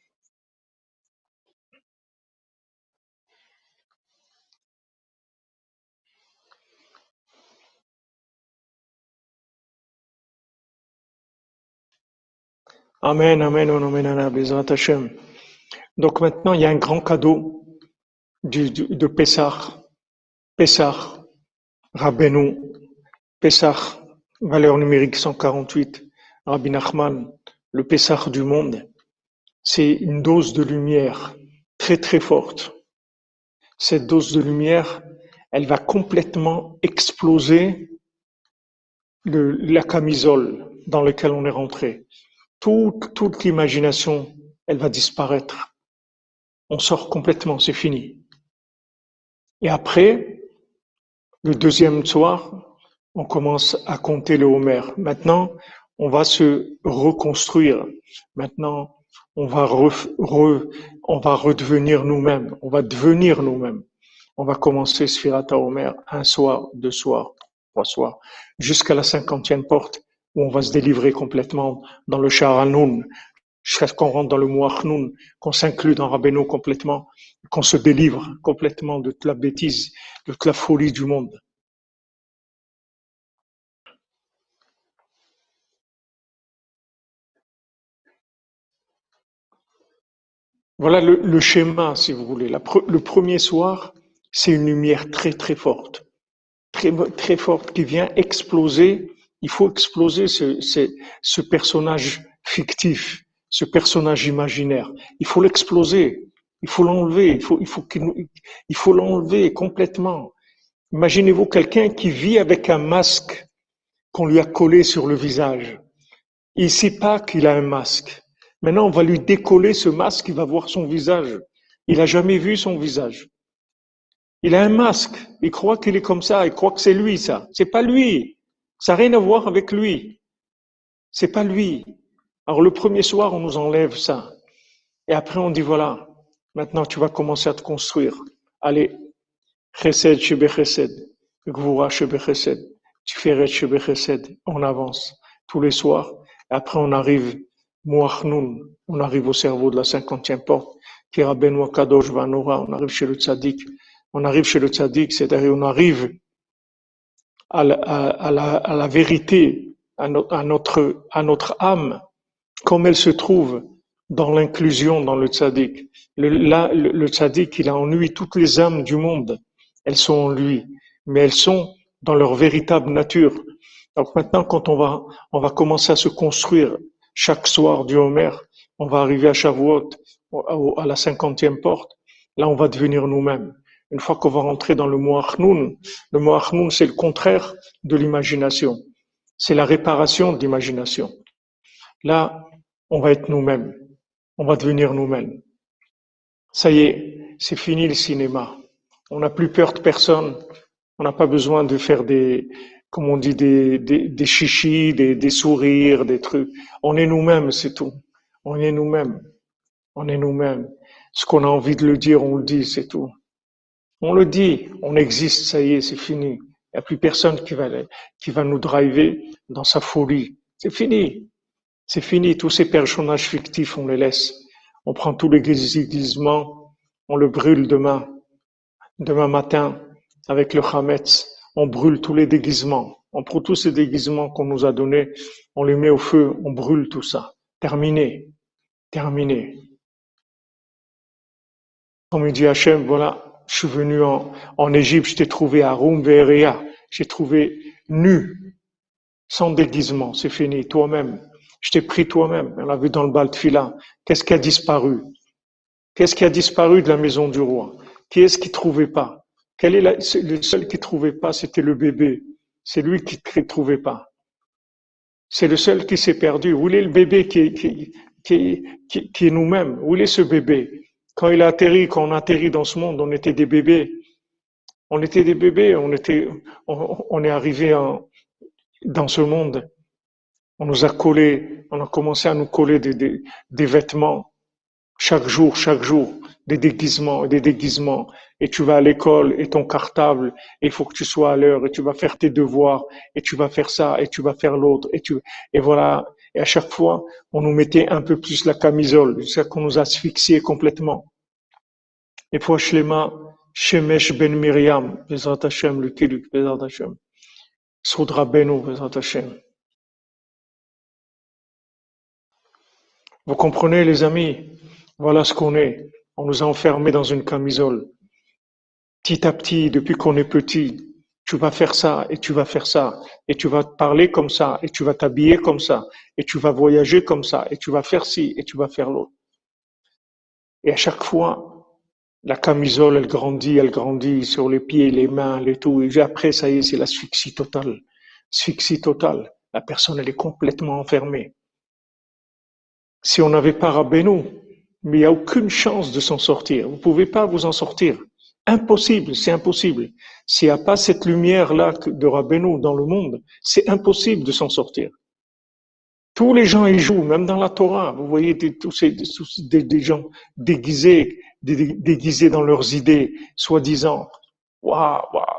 Amen, amen, amen, amen, Bezrat Hashem. Donc maintenant, il y a un grand cadeau du, du, de Pessah. Pessah, Rabbeinu, Pessah, valeur numérique cent quarante-huit, Rabbi Nachman, le Pessah du monde, c'est une dose de lumière très très forte. Cette dose de lumière, elle va complètement exploser le, la camisole dans laquelle on est rentré. Toute, toute l'imagination, elle va disparaître. On sort complètement, c'est fini. Et après, le deuxième soir, on commence à compter le Homer. Maintenant, on va se reconstruire. Maintenant, on va, re, re, on va redevenir nous-mêmes. On va devenir nous-mêmes. On va commencer Sfirat HaOmer un soir, deux soirs, trois soirs, jusqu'à la cinquantième porte où on va se délivrer complètement dans le Sha'ar HaNun, jusqu'à ce qu'on rentre dans le Moach Nun, qu'on s'inclut dans Rabbeinu complètement, qu'on se délivre complètement de toute la bêtise, de toute la folie du monde. Voilà le, le schéma, si vous voulez. La, le premier soir, c'est une lumière très très forte, très très forte qui vient exploser. Il faut exploser ce, ce, ce personnage fictif, ce personnage imaginaire. Il faut l'exploser. Il faut l'enlever. Il faut, il faut qu'il, il faut l'enlever complètement. Imaginez-vous quelqu'un qui vit avec un masque qu'on lui a collé sur le visage. Il ne sait pas qu'il a un masque. Maintenant, on va lui décoller ce masque, il va voir son visage. Il n'a jamais vu son visage. Il a un masque. Il croit qu'il est comme ça. Il croit que c'est lui, ça. C'est pas lui. Ça n'a rien à voir avec lui. C'est pas lui. Alors, le premier soir, on nous enlève ça. Et après, on dit, voilà, maintenant, tu vas commencer à te construire. Allez, chesed shebe chesed, gvura shebe chesed, tiferet shebe chesed. On avance tous les soirs. Et après, on arrive Moach Nun, on arrive au cerveau de la cinquantième porte, qui est Rabbeinu Kadosh Vanora, on arrive chez le tzaddik, on arrive chez le tzaddik, c'est-à-dire on arrive à la, à, à la, à la vérité, à, no, à, notre, à notre âme, comme elle se trouve dans l'inclusion dans le tzaddik. Le, là, le, le tzaddik, il a en lui toutes les âmes du monde, elles sont en lui, mais elles sont dans leur véritable nature. Donc maintenant, quand on va, on va commencer à se construire chaque soir du Homer, on va arriver à Shavuot, à la cinquantième porte. Là, on va devenir nous-mêmes. Une fois qu'on va rentrer dans le Moach Nun, le Moach Nun, c'est le contraire de l'imagination. C'est la réparation de l'imagination. Là, on va être nous-mêmes. On va devenir nous-mêmes. Ça y est, c'est fini le cinéma. On n'a plus peur de personne. On n'a pas besoin de faire des, comme on dit, des, des, des chichis, des, des sourires, des trucs. On est nous-mêmes, c'est tout. On est nous-mêmes. On est nous-mêmes. Ce qu'on a envie de le dire, on le dit, c'est tout. On le dit, on existe, ça y est, c'est fini. Il n'y a plus personne qui va, qui va nous driver dans sa folie. C'est fini. C'est fini. Tous ces personnages fictifs, on les laisse. On prend tous les déguisements on le brûle demain, demain matin, avec le Hametz. On brûle tous les déguisements. On prend tous ces déguisements qu'on nous a donnés, on les met au feu, on brûle tout ça. Terminé, terminé. Comme il dit Hachem, voilà, je suis venu en, en Égypte, je t'ai trouvé à Roum Ve'eria, j'ai trouvé nu, sans déguisement, c'est fini, toi-même. Je t'ai pris toi-même. On l'a vu dans le Baal Tfila. Qu'est-ce qui a disparu? Qu'est-ce qui a disparu de la maison du roi? Qui est-ce qui trouvait pas? Quel est la, le seul qui trouvait pas, c'était le bébé. C'est lui qui ne trouvait pas. C'est le seul qui s'est perdu. Où est le bébé qui est, qui, qui, qui, qui est nous-mêmes? Où est ce bébé? Quand il a atterri, quand on a atterri dans ce monde, on était des bébés. On était des bébés, on était, on, on est arrivé en, dans ce monde. On nous a collé, on a commencé à nous coller des, des, des vêtements. Chaque jour, chaque jour, des déguisements, des déguisements. Et tu vas à l'école et ton cartable, et il faut que tu sois à l'heure, et tu vas faire tes devoirs, et tu vas faire ça, et tu vas faire l'autre, et tu, et voilà. Et à chaque fois, on nous mettait un peu plus la camisole, jusqu'à qu'on nous asphyxiait complètement. Et pour Shlema, Shemesh ben Miriam, Bezrat Hashem, le Kiluk, Bezrat Hashem. Soudra Beno, Bezrat Hashem. Vous comprenez, les amis? Voilà ce qu'on est. On nous a enfermés dans une camisole. Petit à petit, depuis qu'on est petit, tu vas faire ça et tu vas faire ça et tu vas te parler comme ça et tu vas t'habiller comme ça et tu vas voyager comme ça et tu vas faire ci et tu vas faire l'autre. Et à chaque fois, la camisole, elle grandit, elle grandit sur les pieds, les mains, les tout. Et après, ça y est, c'est l'asphyxie totale. Asphyxie totale. La personne, elle est complètement enfermée. Si on n'avait pas Rabbeinu, mais il n'y a aucune chance de s'en sortir. Vous ne pouvez pas vous en sortir. Impossible, c'est impossible. S'il n'y a pas cette lumière-là de Rabbeinu dans le monde, c'est impossible de s'en sortir. Tous les gens y jouent, même dans la Torah. Vous voyez des, tous ces, des, des gens déguisés, des, déguisés dans leurs idées, soi-disant, waouh,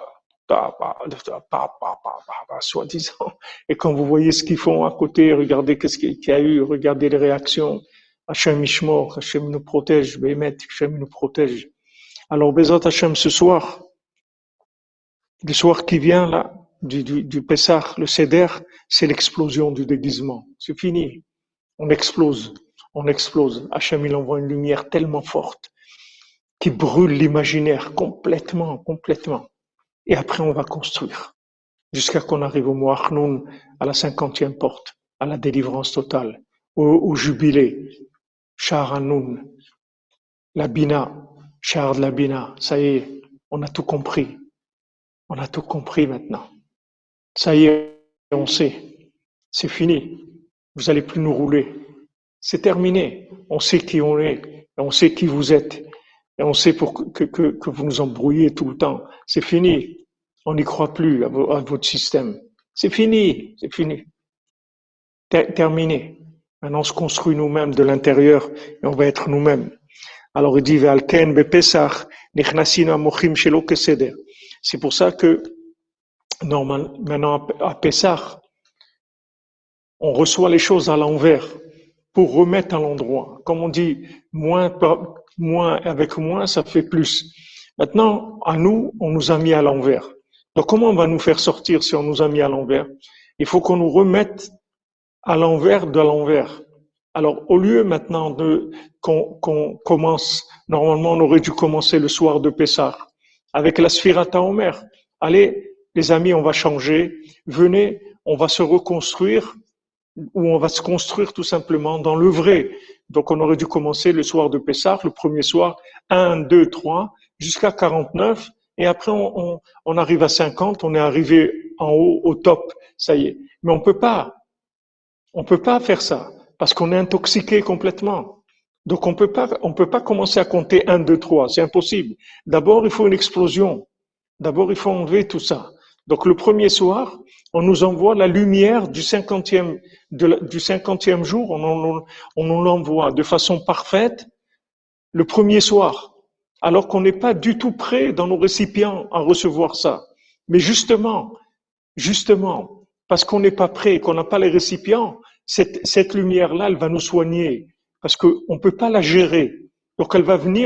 soi-disant. Et quand vous voyez ce qu'ils font à côté, regardez qu'est-ce qu'il y a eu, regardez les réactions. Hachem Ishmor, Hachem nous protège, Bémet, Hachem nous protège. Alors, Bezat Hachem, ce soir, le soir qui vient, là, du, du, du Pessah, le Seder, c'est l'explosion du déguisement. C'est fini. On explose. On explose. Hachem, il envoie une lumière tellement forte qui brûle l'imaginaire complètement, complètement. Et après, on va construire. Jusqu'à qu'on arrive au Moachnoun, à la cinquantième porte, à la délivrance totale, au, au jubilé, Shahar Hanoun, la Bina, Shahar de la Bina. Ça y est, on a tout compris. On a tout compris maintenant. Ça y est, on sait. C'est fini. Vous allez plus nous rouler. C'est terminé. On sait qui on est. Et on sait qui vous êtes. Et on sait pour que, que, que vous nous embrouillez tout le temps. C'est fini. On n'y croit plus à, vo- à votre système. C'est fini. C'est fini. Ter- terminé. Maintenant, on se construit nous-mêmes de l'intérieur et on va être nous-mêmes. Alors il dit Ve'alken bePesach nichnasinu amochim shelo keseder. C'est pour ça que normal, maintenant à Pessah, on reçoit les choses à l'envers pour remettre à l'endroit. Comme on dit, moins, par- moins avec moins, ça fait plus. Maintenant, à nous, on nous a mis à l'envers. Donc comment on va nous faire sortir si on nous a mis à l'envers? Il faut qu'on nous remette à l'envers de l'envers. Alors, au lieu maintenant de qu'on qu'on commence, normalement on aurait dû commencer le soir de Pessah avec la Sphirata Omer. Allez, les amis, on va changer. Venez, on va se reconstruire ou on va se construire tout simplement dans le vrai. Donc, on aurait dû commencer le soir de Pessah, le premier soir, un, deux, trois, jusqu'à quarante-neuf. Et après, on, on, on arrive à cinquante, on est arrivé en haut, au top. Ça y est. Mais on peut pas. On peut pas faire ça parce qu'on est intoxiqué complètement. Donc on peut pas, on peut pas commencer à compter un, deux, trois. C'est impossible. D'abord, il faut une explosion. D'abord, il faut enlever tout ça. Donc le premier soir, on nous envoie la lumière du cinquantième, de la- du cinquantième jour. On, en- on nous l'envoie de façon parfaite le premier soir, alors qu'on n'est pas du tout prêt dans nos récipients à recevoir ça. Mais justement, Justement, parce qu'on n'est pas prêt, qu'on n'a pas les récipients, cette, cette lumière-là, elle va nous soigner, parce qu'on ne peut pas la gérer. Donc elle va venir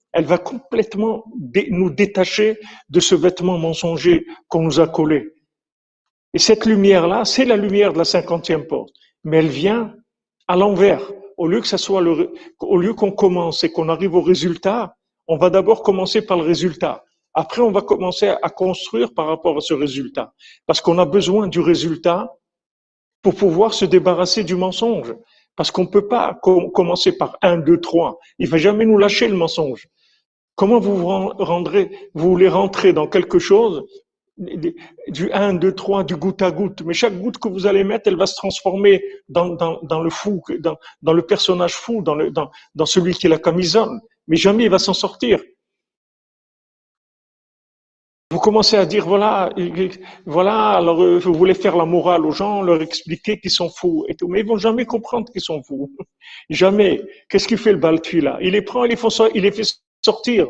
Elle va complètement dé- nous détacher de ce vêtement mensonger qu'on nous a collé. Et cette lumière-là, c'est la lumière de la cinquantième porte. Mais elle vient à l'envers. Au lieu que ça soit le, au lieu qu'on commence et qu'on arrive au résultat, on va d'abord commencer par le résultat. Après, on va commencer à construire par rapport à ce résultat. Parce qu'on a besoin du résultat pour pouvoir se débarrasser du mensonge. Parce qu'on ne peut pas com- commencer par un, deux, trois. Il ne va jamais nous lâcher le mensonge. Comment vous vous rendrez, vous voulez rentrer dans quelque chose du un, deux, trois, du goutte à goutte. Mais chaque goutte que vous allez mettre, elle va se transformer dans, dans, dans le fou, dans, dans le personnage fou, dans, le, dans, dans celui qui est la camisole. Mais jamais il va s'en sortir. Vous commencez à dire, voilà, voilà, alors euh, vous voulez faire la morale aux gens, leur expliquer qu'ils sont fous et tout. Mais ils vont jamais comprendre qu'ils sont fous. Jamais. Qu'est-ce qu'il fait le Baltui là? Il les prend, il les, fait, il les fait sortir.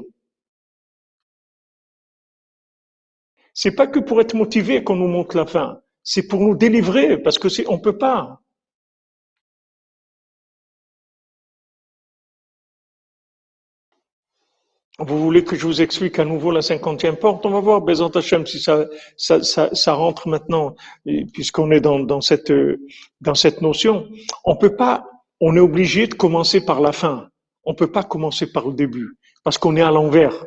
C'est pas que pour être motivé qu'on nous montre la fin. C'est pour nous délivrer, parce que c'est, on peut pas. Vous voulez que je vous explique à nouveau la cinquantième porte? On va voir, Bézant Hachem, si ça, ça, ça, ça rentre maintenant, puisqu'on est dans, dans cette, dans cette notion. On peut pas, on est obligé de commencer par la fin. On peut pas commencer par le début, parce qu'on est à l'envers.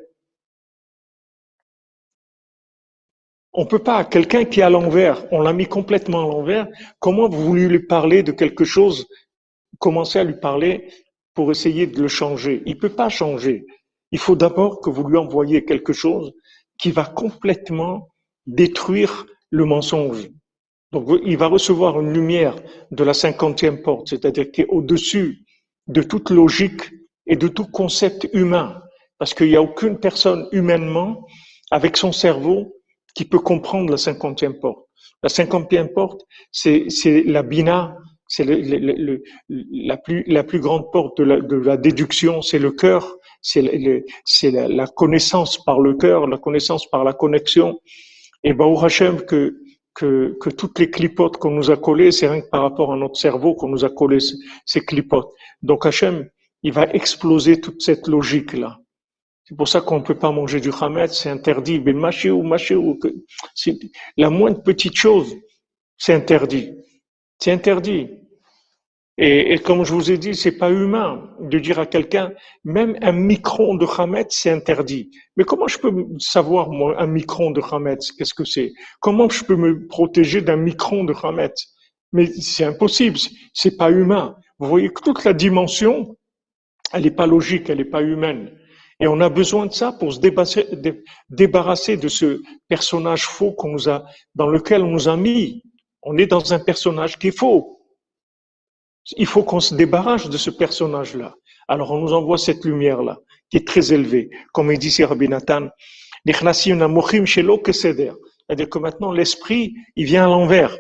On peut pas, quelqu'un qui est à l'envers, on l'a mis complètement à l'envers, comment vous voulez lui parler de quelque chose, commencer à lui parler pour essayer de le changer? Il peut pas changer. Il faut d'abord que vous lui envoyiez quelque chose qui va complètement détruire le mensonge. Donc, il va recevoir une lumière de la cinquantième porte, c'est-à-dire qui est au-dessus de toute logique et de tout concept humain. Parce qu'il n'y a aucune personne humainement, avec son cerveau, qui peut comprendre la cinquantième porte. La cinquantième porte, c'est, c'est la bina, c'est le, le, le, la, plus, la plus grande porte de la, de la déduction, c'est le cœur, c'est, le, c'est la, la connaissance par le cœur, la connaissance par la connexion. Et Baruch Hashem, que, que, que toutes les clipotes qu'on nous a collées, c'est rien que par rapport à notre cerveau qu'on nous a collé ces clipotes. Donc Hashem, il va exploser toute cette logique-là. C'est pour ça qu'on ne peut pas manger du chametz, c'est interdit. Mais mâcher ou mâcher ou c'est la moindre petite chose, c'est interdit. C'est interdit. Et, et comme je vous ai dit, c'est pas humain de dire à quelqu'un, même un micron de chametz, c'est interdit. Mais comment je peux savoir, moi, un micron de chametz, qu'est-ce que c'est? Comment je peux me protéger d'un micron de chametz? Mais c'est impossible, c'est pas humain. Vous voyez que toute la dimension, elle n'est pas logique, elle n'est pas humaine. Et on a besoin de ça pour se débarrasser de ce personnage faux qu'on nous a, dans lequel on nous a mis. On est dans un personnage qui est faux. Il faut qu'on se débarrasse de ce personnage-là. Alors on nous envoie cette lumière-là, qui est très élevée. Comme il dit ici Rabbi Nathan, c'est-à-dire que maintenant l'esprit, il vient à l'envers.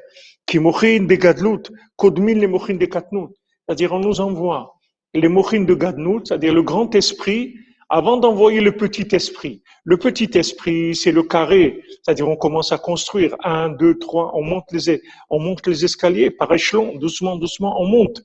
C'est-à-dire on nous envoie les mochin de Gadnout, c'est-à-dire le grand esprit, avant d'envoyer le petit esprit. Le petit esprit, c'est le carré, c'est-à-dire on commence à construire un, deux, trois, on monte les, on monte les escaliers par échelon, doucement, doucement, on monte.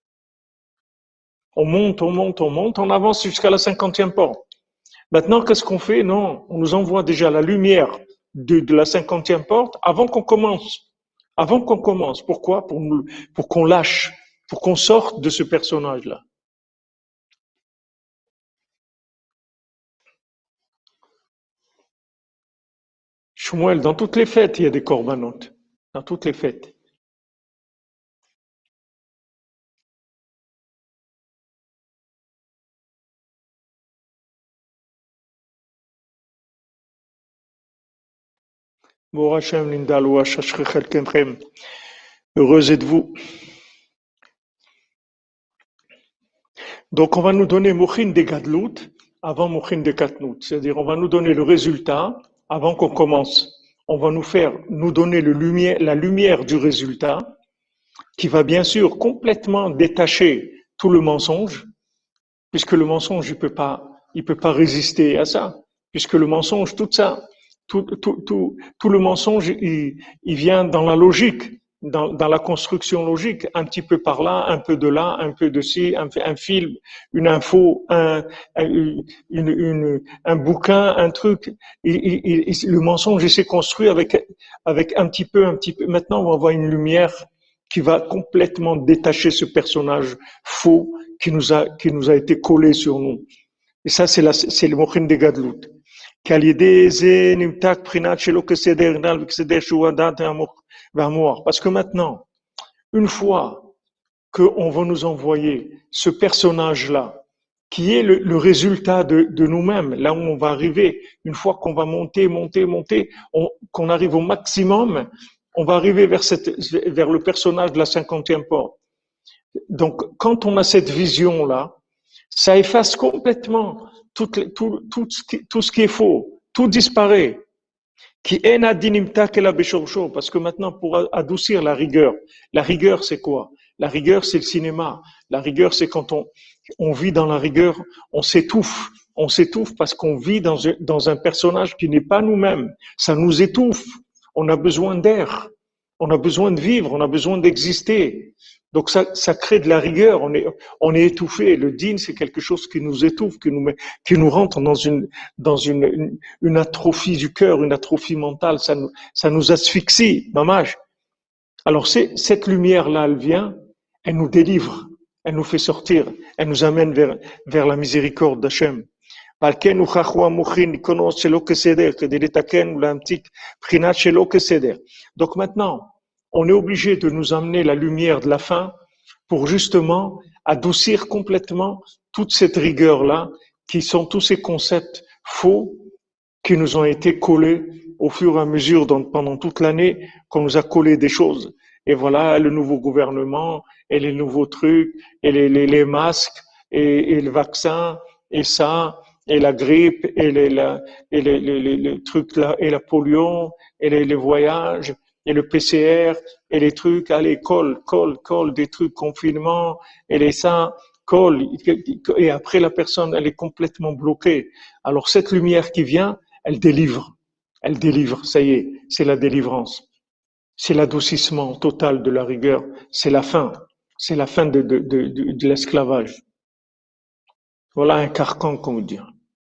On monte, on monte, on monte, on avance jusqu'à la cinquantième porte. Maintenant, qu'est-ce qu'on fait? Non, on nous envoie déjà la lumière de, de la cinquantième porte avant qu'on commence. Avant qu'on commence. Pourquoi? Pour, nous, pour qu'on lâche, pour qu'on sorte de ce personnage-là. Shmuel, dans toutes les fêtes, il y a des corbanotes. Dans toutes les fêtes. Heureux êtes-vous. Donc, on va nous donner Mochin de Gadlout avant Mochin de Katnout. C'est-à-dire, on va nous donner le résultat avant qu'on commence. On va nous faire, nous donner le lumière, la lumière du résultat qui va bien sûr complètement détacher tout le mensonge, puisque le mensonge, il peut pas, il peut pas résister à ça, puisque le mensonge, tout ça, tout, tout, tout, tout le mensonge, il, il vient dans la logique. dans, dans la construction logique, un petit peu par là, un peu de là, un peu de ci, un, un film, une info, un, un, une, une, un bouquin, un truc. Il, il, il, le mensonge, il s'est construit avec, avec un petit peu, un petit peu. Maintenant, on va voir une lumière qui va complètement détacher ce personnage faux qui nous a, qui nous a été collé sur nous. Et ça, c'est, la, c'est le mochin de Gadlut. Parce que maintenant, une fois qu'on va nous envoyer ce personnage-là, qui est le, le résultat de, de nous-mêmes, là où on va arriver, une fois qu'on va monter, monter, monter, on, qu'on arrive au maximum, on va arriver vers, cette, vers le personnage de la cinquantième porte. Donc, quand on a cette vision-là, ça efface complètement tout, tout, tout, ce qui, tout ce qui est faux, tout disparaît. Qui est nadinimta que la béchorcho, parce que maintenant, pour adoucir la rigueur, la rigueur, c'est quoi? La rigueur, c'est le cinéma. La rigueur, c'est quand on, on vit dans la rigueur, on s'étouffe. On s'étouffe parce qu'on vit dans un, dans un personnage qui n'est pas nous-mêmes. Ça nous étouffe. On a besoin d'air. On a besoin de vivre. On a besoin d'exister. Donc ça, ça crée de la rigueur. On est, on est étouffé. Le dîn, c'est quelque chose qui nous étouffe, qui nous met, qui nous rentre dans une, dans une, une, une atrophie du cœur, une atrophie mentale. Ça nous, ça nous asphyxie, mamage. Alors c'est, cette lumière-là, elle vient, elle nous délivre, elle nous fait sortir, elle nous amène vers, vers la miséricorde d'Hachem. Donc maintenant, on est obligé de nous amener la lumière de la fin pour justement adoucir complètement toute cette rigueur-là, qui sont tous ces concepts faux qui nous ont été collés au fur et à mesure donc, pendant toute l'année, qu'on nous a collé des choses. Et voilà, le nouveau gouvernement, et les nouveaux trucs, et les, les, les masques, et, et le vaccin, et ça, et la grippe, et les, la, et les, les, les, les trucs là, et la polio, et les, les voyages, et le P C R, et les trucs à l'école, colle, colle, des trucs confinement, et les ça, colle, et après la personne, elle est complètement bloquée. Alors cette lumière qui vient, elle délivre, elle délivre, ça y est, c'est la délivrance. C'est l'adoucissement total de la rigueur, c'est la fin, c'est la fin de, de, de, de, de l'esclavage. Voilà un carcan, comme dire.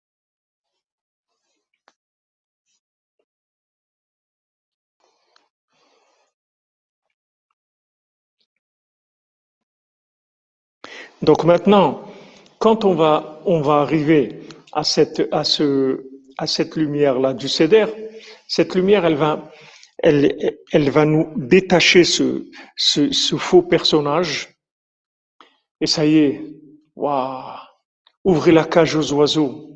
Donc maintenant, quand on va, on va arriver à cette, à ce, à cette lumière-là du Seder, cette lumière, elle va, elle, elle va nous détacher ce, ce, ce faux personnage. Et ça y est, waouh, ouvrez la cage aux oiseaux.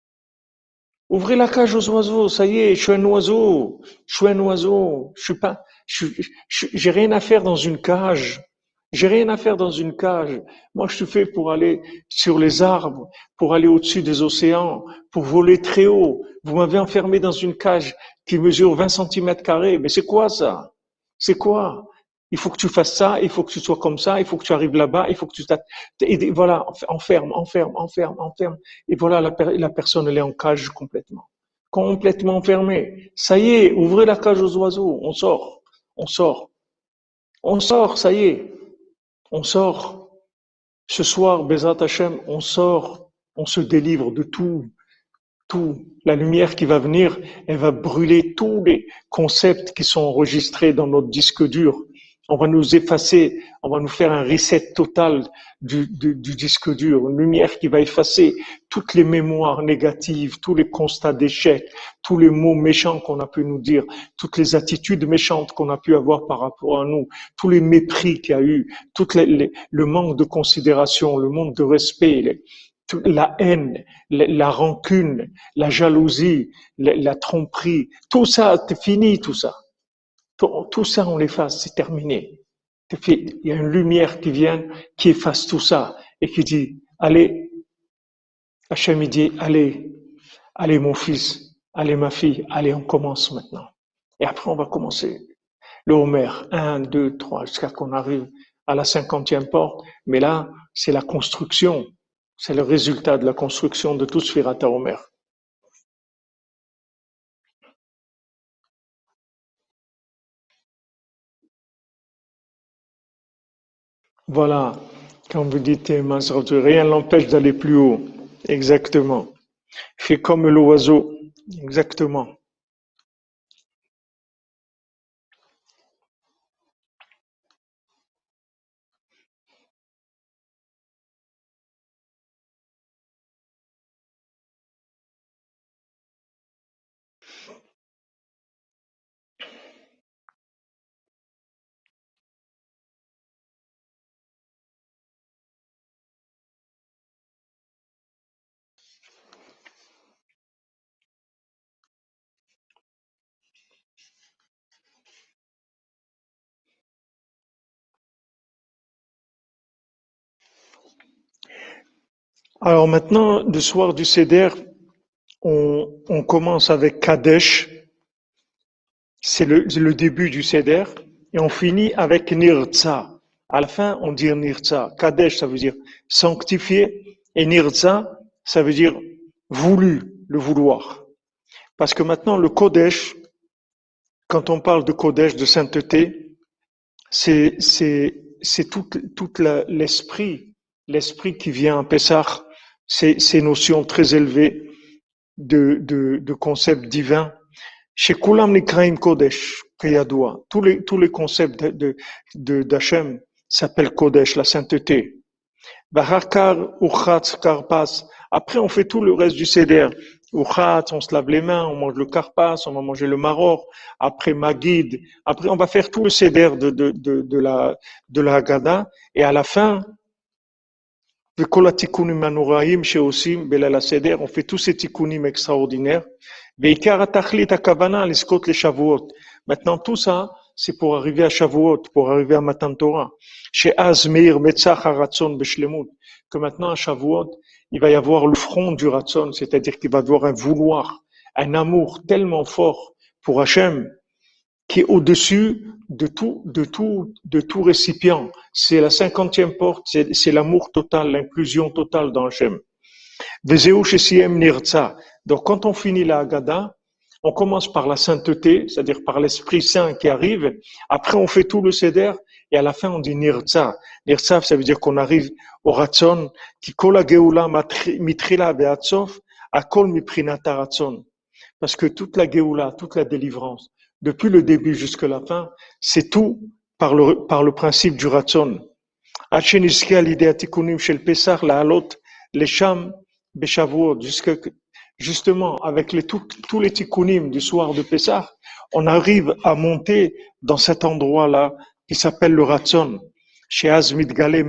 Ouvrez la cage aux oiseaux, ça y est, je suis un oiseau, je suis un oiseau, je suis pas, je, je, j'ai rien à faire dans une cage. J'ai rien à faire dans une cage. Moi, je suis fait pour aller sur les arbres, pour aller au-dessus des océans, pour voler très haut. Vous m'avez enfermé dans une cage qui mesure vingt centimètres carrés. Mais c'est quoi ça? C'est quoi? Il faut que tu fasses ça, il faut que tu sois comme ça, il faut que tu arrives là-bas, il faut que tu t'att- et voilà, enferme, enferme, enferme, enferme. Et voilà, la, la personne, elle est en cage complètement. Complètement enfermée. Ça y est, ouvrez la cage aux oiseaux. On sort. On sort. On sort, ça y est. On sort. Ce soir, Bezat Hashem, on sort. On se délivre de tout. Tout. La lumière qui va venir, elle va brûler tous les concepts qui sont enregistrés dans notre disque dur. On va nous effacer, on va nous faire un reset total du, du, du disque dur, une lumière qui va effacer toutes les mémoires négatives, tous les constats d'échec, tous les mots méchants qu'on a pu nous dire, toutes les attitudes méchantes qu'on a pu avoir par rapport à nous, tous les mépris qu'il y a eu, tout les, les, le manque de considération, le manque de respect, les, la haine, la, la rancune, la jalousie, la, la tromperie, tout ça, c'est fini tout ça. Tout ça, on l'efface, c'est terminé. Il y a une lumière qui vient, qui efface tout ça et qui dit, allez, Hachem, il dit, allez, allez mon fils, allez ma fille, allez, on commence maintenant. Et après, on va commencer le Homer, un, deux, trois, jusqu'à qu'on arrive à la cinquantième porte. Mais là, c'est la construction, c'est le résultat de la construction de tout Sfirat Homer. Voilà. Quand vous dites eh, Mazrat, rien l'empêche d'aller plus haut. Exactement. Fait comme l'oiseau. Exactement. Alors maintenant, le soir du Seder, on, on commence avec Kadesh, c'est le, le début du Seder, et on finit avec Nirtza. À la fin, on dit Nirtza. Kadesh, ça veut dire sanctifié, et Nirtza, ça veut dire voulu, le vouloir. Parce que maintenant, le Kodesh, quand on parle de Kodesh, de sainteté, c'est, c'est, c'est tout, tout la- l'esprit, l'esprit qui vient en Pessah, ces, ces notions très élevées de, de, de concepts divins. Chez Kulam Nikraim Kodesh, Kayadoua, tous les, tous les concepts de, de, de- d'Hachem s'appellent Kodesh, la sainteté. Bahakar, Uchat, Karpas. Après, on fait tout le reste du Seder. Uchat, on se lave les mains, on mange le Karpas, on va manger le Maror. Après, Magid. Après, on va faire tout le Seder de, de, de, de la, de la Haggadah. Et à la fin, וכל התיקונים הנוראים שעושים בליל הסדר, on fait tous ces תיקונים extraordinaires, ועיקר התכלית, הכוונה, לזכות לשבועות. Maintenant, tout ça, c'est pour arriver à Shavuot, pour arriver à Matan Torah. שאז מאיר מצח הרצון בשלמות. Que maintenant, à Shavuot, il va y avoir le front du Ratzon, c'est-à-dire qu'il va y avoir un vouloir, un amour tellement fort pour Hachem, qui est au-dessus de tout, de tout, de tout récipient. C'est la cinquantième porte, c'est, c'est l'amour total, l'inclusion totale dans Hachem. Vezeu shesiem nirtza. Donc, quand on finit la Haggadah, on commence par la sainteté, c'est-à-dire par l'Esprit Saint qui arrive. Après, on fait tout le Seder et à la fin, on dit nirtza. Nirtza, ça veut dire qu'on arrive au Ratzon, qui kol hageula mitrila ve'atsof, akol miprinata Ratzon. Parce que toute la Géoula, toute la délivrance, depuis le début jusqu'à la fin, c'est tout par le, par le principe du Ratzon. Justement, avec les, tout, tous les tikkunim du soir de Pessah, on arrive à monter dans cet endroit-là qui s'appelle le Ratzon. À ce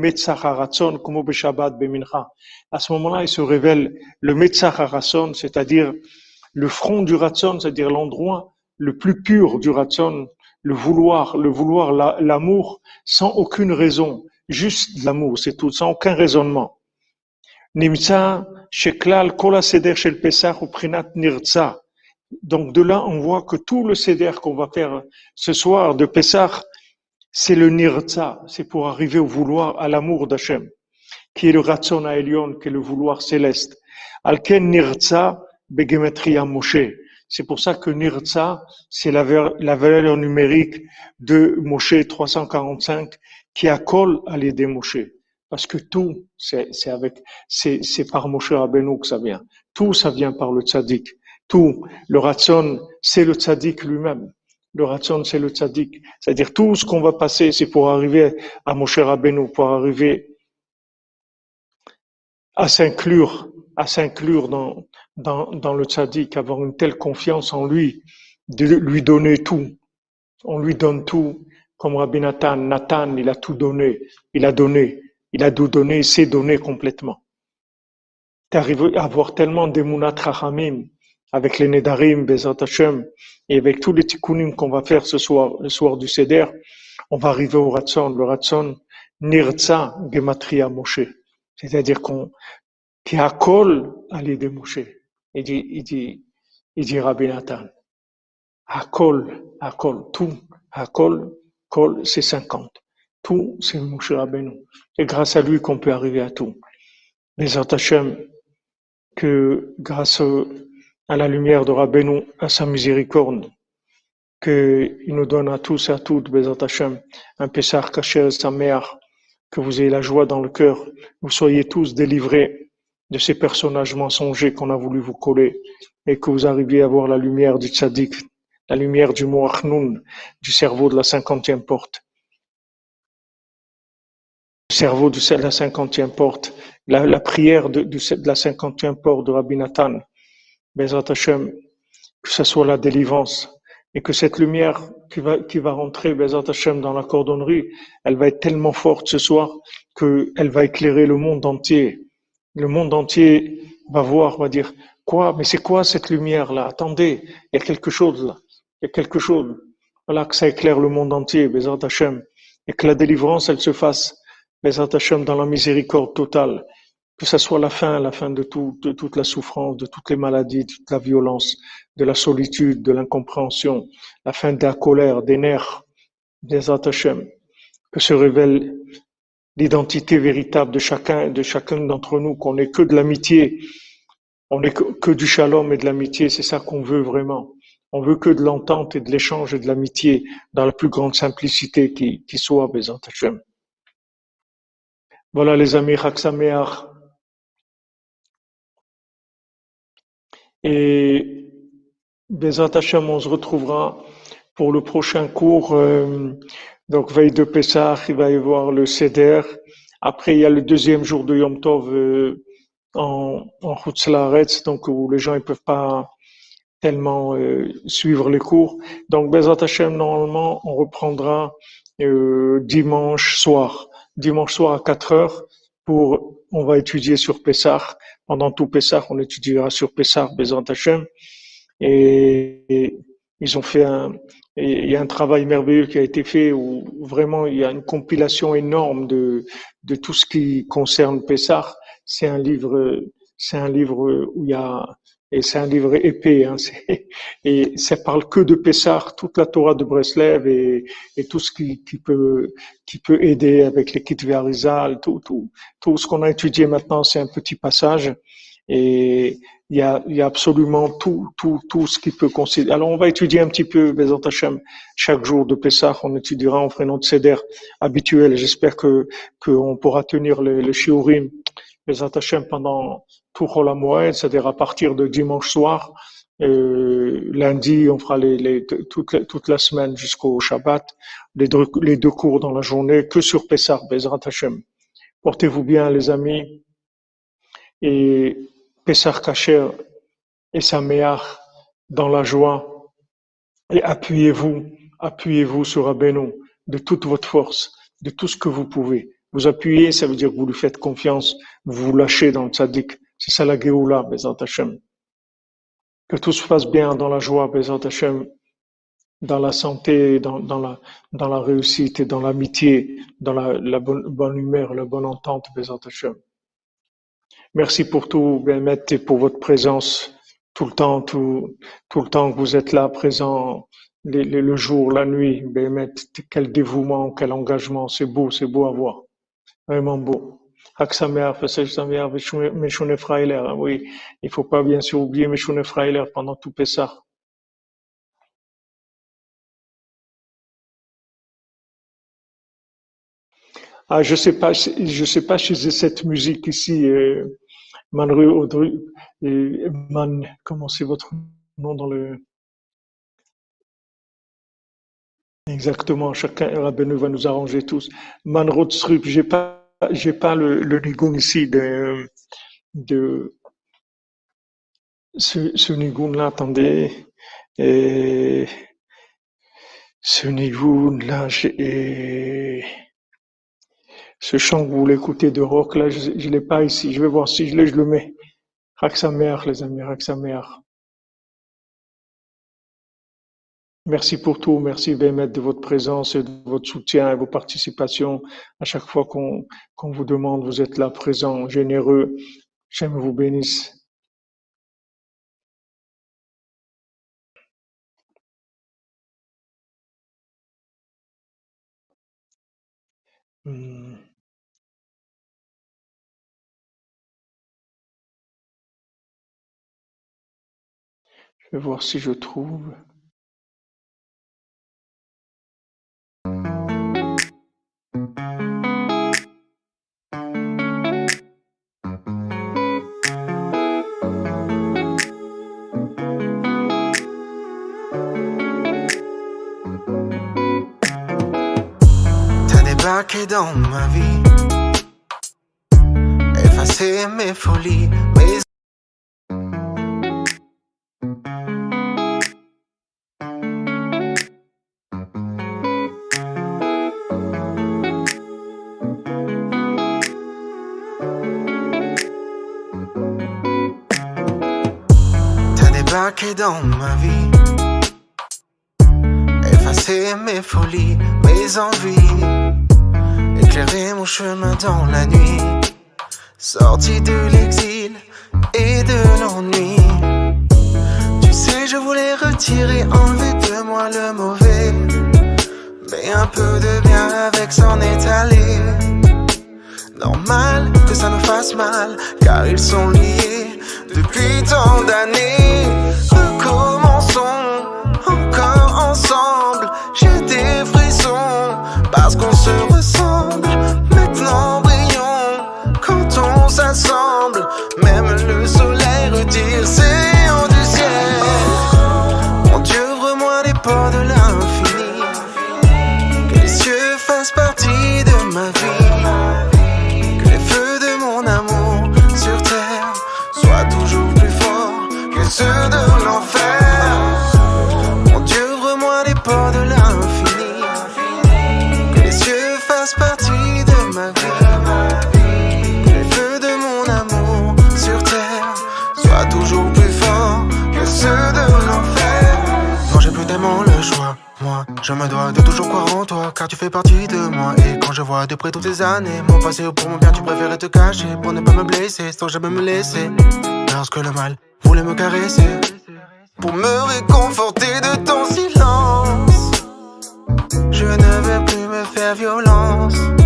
moment-là, il se révèle le Metzach HaRatzon, c'est-à-dire le front du Ratzon, c'est-à-dire l'endroit le plus pur du Ratzon, le vouloir, le vouloir, la, l'amour, sans aucune raison, juste l'amour, c'est tout, sans aucun raisonnement. Nimtza, sheklal, kol seder shel Pesach, uprinat nirtza. Donc de là, on voit que tout le seder qu'on va faire ce soir de Pesach, c'est le nirtza, c'est pour arriver au vouloir, à l'amour d'Hachem, qui est le Ratzon Haelion, qui est le vouloir céleste. Alken nirtza, begematria Moshe. C'est pour ça que Nirtza, c'est la, la valeur numérique de Moshe trois cent quarante-cinq qui accole à l'aider Moshe. Parce que tout, c'est, c'est avec, c'est, c'est par Moshe Rabbeinu que ça vient. Tout, ça vient par le tzaddik. Tout, le Ratzon, c'est le tzaddik lui-même. Le Ratzon, c'est le tzaddik. C'est-à-dire tout ce qu'on va passer, c'est pour arriver à Moshe Rabbeinu, pour arriver à s'inclure, à s'inclure dans, dans, dans le tzaddik, avoir une telle confiance en lui, de lui donner tout. On lui donne tout, comme Rabbi Nathan. Nathan, il a tout donné, il a donné, il a tout donné, il s'est donné complètement. T'arrives à avoir tellement d'émunat rachamim, avec les nedarim, Bezat Hashem, et avec tous les tikkunim qu'on va faire ce soir, le soir du Seder, on va arriver au Ratzon, le Ratzon, Nirtza Gematria Moshe. C'est-à-dire qu'on, qui accole à l'idée Moshe. Il dit, il dit, il dit Rabbi Nathan. Accole, accole, tout, accole, col, c'est cinquante. Tout, c'est Moshe Rabbeinu. C'est grâce à lui qu'on peut arriver à tout. Les Hashem, que grâce à la lumière de Rabbeinu, à sa miséricorde, qu'il nous donne à tous et à toutes, Bezat Hashem, un Pessah Kasher Sameach, que vous ayez la joie dans le cœur, vous soyez tous délivrés de ces personnages mensongers qu'on a voulu vous coller et que vous arriviez à voir la lumière du tzaddik, la lumière du Moachnoun, du cerveau de la cinquantième porte, le cerveau de la cinquantième porte, la, la prière de, de, de la cinquantième porte de Rabbi Nathan, Bezrat Hashem, que ce soit la délivrance et que cette lumière qui va, qui va rentrer, Bezrat Hashem, dans la cordonnerie, elle va être tellement forte ce soir qu'elle va éclairer le monde entier. Le monde entier va voir, va dire, quoi, mais c'est quoi cette lumière-là? Attendez, il y a quelque chose là. Il y a quelque chose. Voilà, que ça éclaire le monde entier, Bezrat Hashem. Et que la délivrance, elle se fasse, Bezrat Hashem, dans la miséricorde totale. Que ça soit la fin, la fin de, tout, de toute la souffrance, de toutes les maladies, de toute la violence, de la solitude, de l'incompréhension, la fin de la colère, des nerfs, Bezrat Hashem. Que se révèle l'identité véritable de chacun, de chacun d'entre nous, qu'on n'est que de l'amitié, on n'est que, que du shalom et de l'amitié, c'est ça qu'on veut vraiment. On veut que de l'entente et de l'échange et de l'amitié dans la plus grande simplicité qui, qui soit, Bezrat Hashem. Voilà les amis, Chag Sameach. Et Bezrat Hashem, on se retrouvera pour le prochain cours. Euh, donc, veille de Pessah, il va y avoir le Seder. Après, il y a le deuxième jour de Yom Tov euh, en, en Chutz La'aretz, donc où les gens ne peuvent pas tellement euh, suivre les cours. Donc, Bezrat Hashem, normalement, on reprendra euh, dimanche soir. Dimanche soir à quatre heures, pour, on va étudier sur Pessah. Pendant tout Pessah, on étudiera sur Pessah, Bezrat Hashem. Et, et ils ont fait un, et il y a un travail merveilleux qui a été fait où vraiment il y a une compilation énorme de, de tout ce qui concerne Pessah. C'est un livre, c'est un livre où il y a, et c'est un livre épais, hein, c'est, et ça parle que de Pessah, toute la Torah de Breslev et, et tout ce qui, qui peut, qui peut aider avec les Kitvé Arizal, tout, tout, tout ce qu'on a étudié maintenant, c'est un petit passage. Et il y a, il y a absolument tout, tout, tout ce qui peut considérer. Alors, on va étudier un petit peu, Bezrat Hashem, chaque jour de Pessah, on étudiera, on fera notre seder habituel. J'espère que, qu'on pourra tenir le, le shiurim, Bezrat Hashem, pendant tout Chol HaMoed, c'est-à-dire à partir de dimanche soir. Euh, lundi, on fera les, les, toute, la, toute la semaine jusqu'au Shabbat, les deux, les deux cours dans la journée, que sur Pessah, Bezrat Hashem. Portez-vous bien, les amis. Et Pessah Kacher et Sameach dans la joie. Et appuyez-vous, appuyez-vous sur Rabbeinu de toute votre force, de tout ce que vous pouvez. Vous appuyez, ça veut dire que vous lui faites confiance, vous vous lâchez dans le tzaddik. C'est ça la Géoula, Bezrat Hashem. Que tout se fasse bien dans la joie, Bezrat Hashem, dans la santé, dans, dans, la, dans la réussite et dans l'amitié, dans la, la bonne, bonne humeur, la bonne entente, Bezrat Hashem. Merci pour tout, Bémet, et pour votre présence tout le temps, tout, tout le temps que vous êtes là, présent, les, les, le jour, la nuit. Bémet, quel dévouement, quel engagement, c'est beau, c'est beau à voir. Vraiment beau. Aksamer, Samer, Meshone Freiler, oui, il faut pas bien sûr oublier Meshone Freiler pendant tout Pessah. Ah, je sais pas, je sais pas si j'ai cette musique ici, euh, Manru Audrey, et Man, comment c'est votre nom dans le, exactement, chacun, Rabbeinu va nous arranger tous. Man Rotsrup, j'ai pas, j'ai pas le, le nigoun ici de, de, ce, ce nigoun là, attendez, et, ce nigoun là, j'ai, ce chant que vous voulez écouter de rock là, je, je l'ai pas ici, je vais voir si je l'ai, je le mets. Rak sa mère, les amis, rak sa mère. Merci pour tout. Merci, Bémet, de votre présence et de votre soutien et vos participations. À chaque fois qu'on qu'on vous demande, vous êtes là, présent, généreux. J'aime vous bénisse. Hmm. Je vais voir si je trouve. débarqué dans ma vie, effacer mes folies, mes débarqué dans ma vie, effacer mes folies, mes envies, éclairer mon chemin dans la nuit, sorti de l'exil et de l'ennui. Tu sais, je voulais retirer, enlever de moi le mauvais, mais un peu de bien avec s'en est allé. Normal que ça me fasse mal, car ils sont liés depuis tant d'années. Recommençons encore ensemble, j'ai des frissons parce qu'on se ressemble. Maintenant brillons quand on s'assemble, même le soleil retire ses rayons du ciel. Mon Dieu, ouvre-moi les portes de l'infini, que les cieux fassent partie de ma vie, que les feux de mon amour sur terre soient toujours plus forts que ceux de l'enfer. Mon Dieu, ouvre-moi les portes de l'infini, que les cieux fassent partie de ma vie, que les feux de mon amour sur terre soient toujours plus forts que ceux de l'enfer. Non, j'ai plus tellement le choix, moi, je me dois de toujours croire en toi, car tu fais partie de moi. Et quand je vois de près toutes ces années, mon passé ou pour mon bien, tu préférais te cacher pour ne pas me blesser, sans jamais me laisser. Lorsque le mal voulait me caresser, pour me réconforter de ton silence, je ne veux plus me faire violence.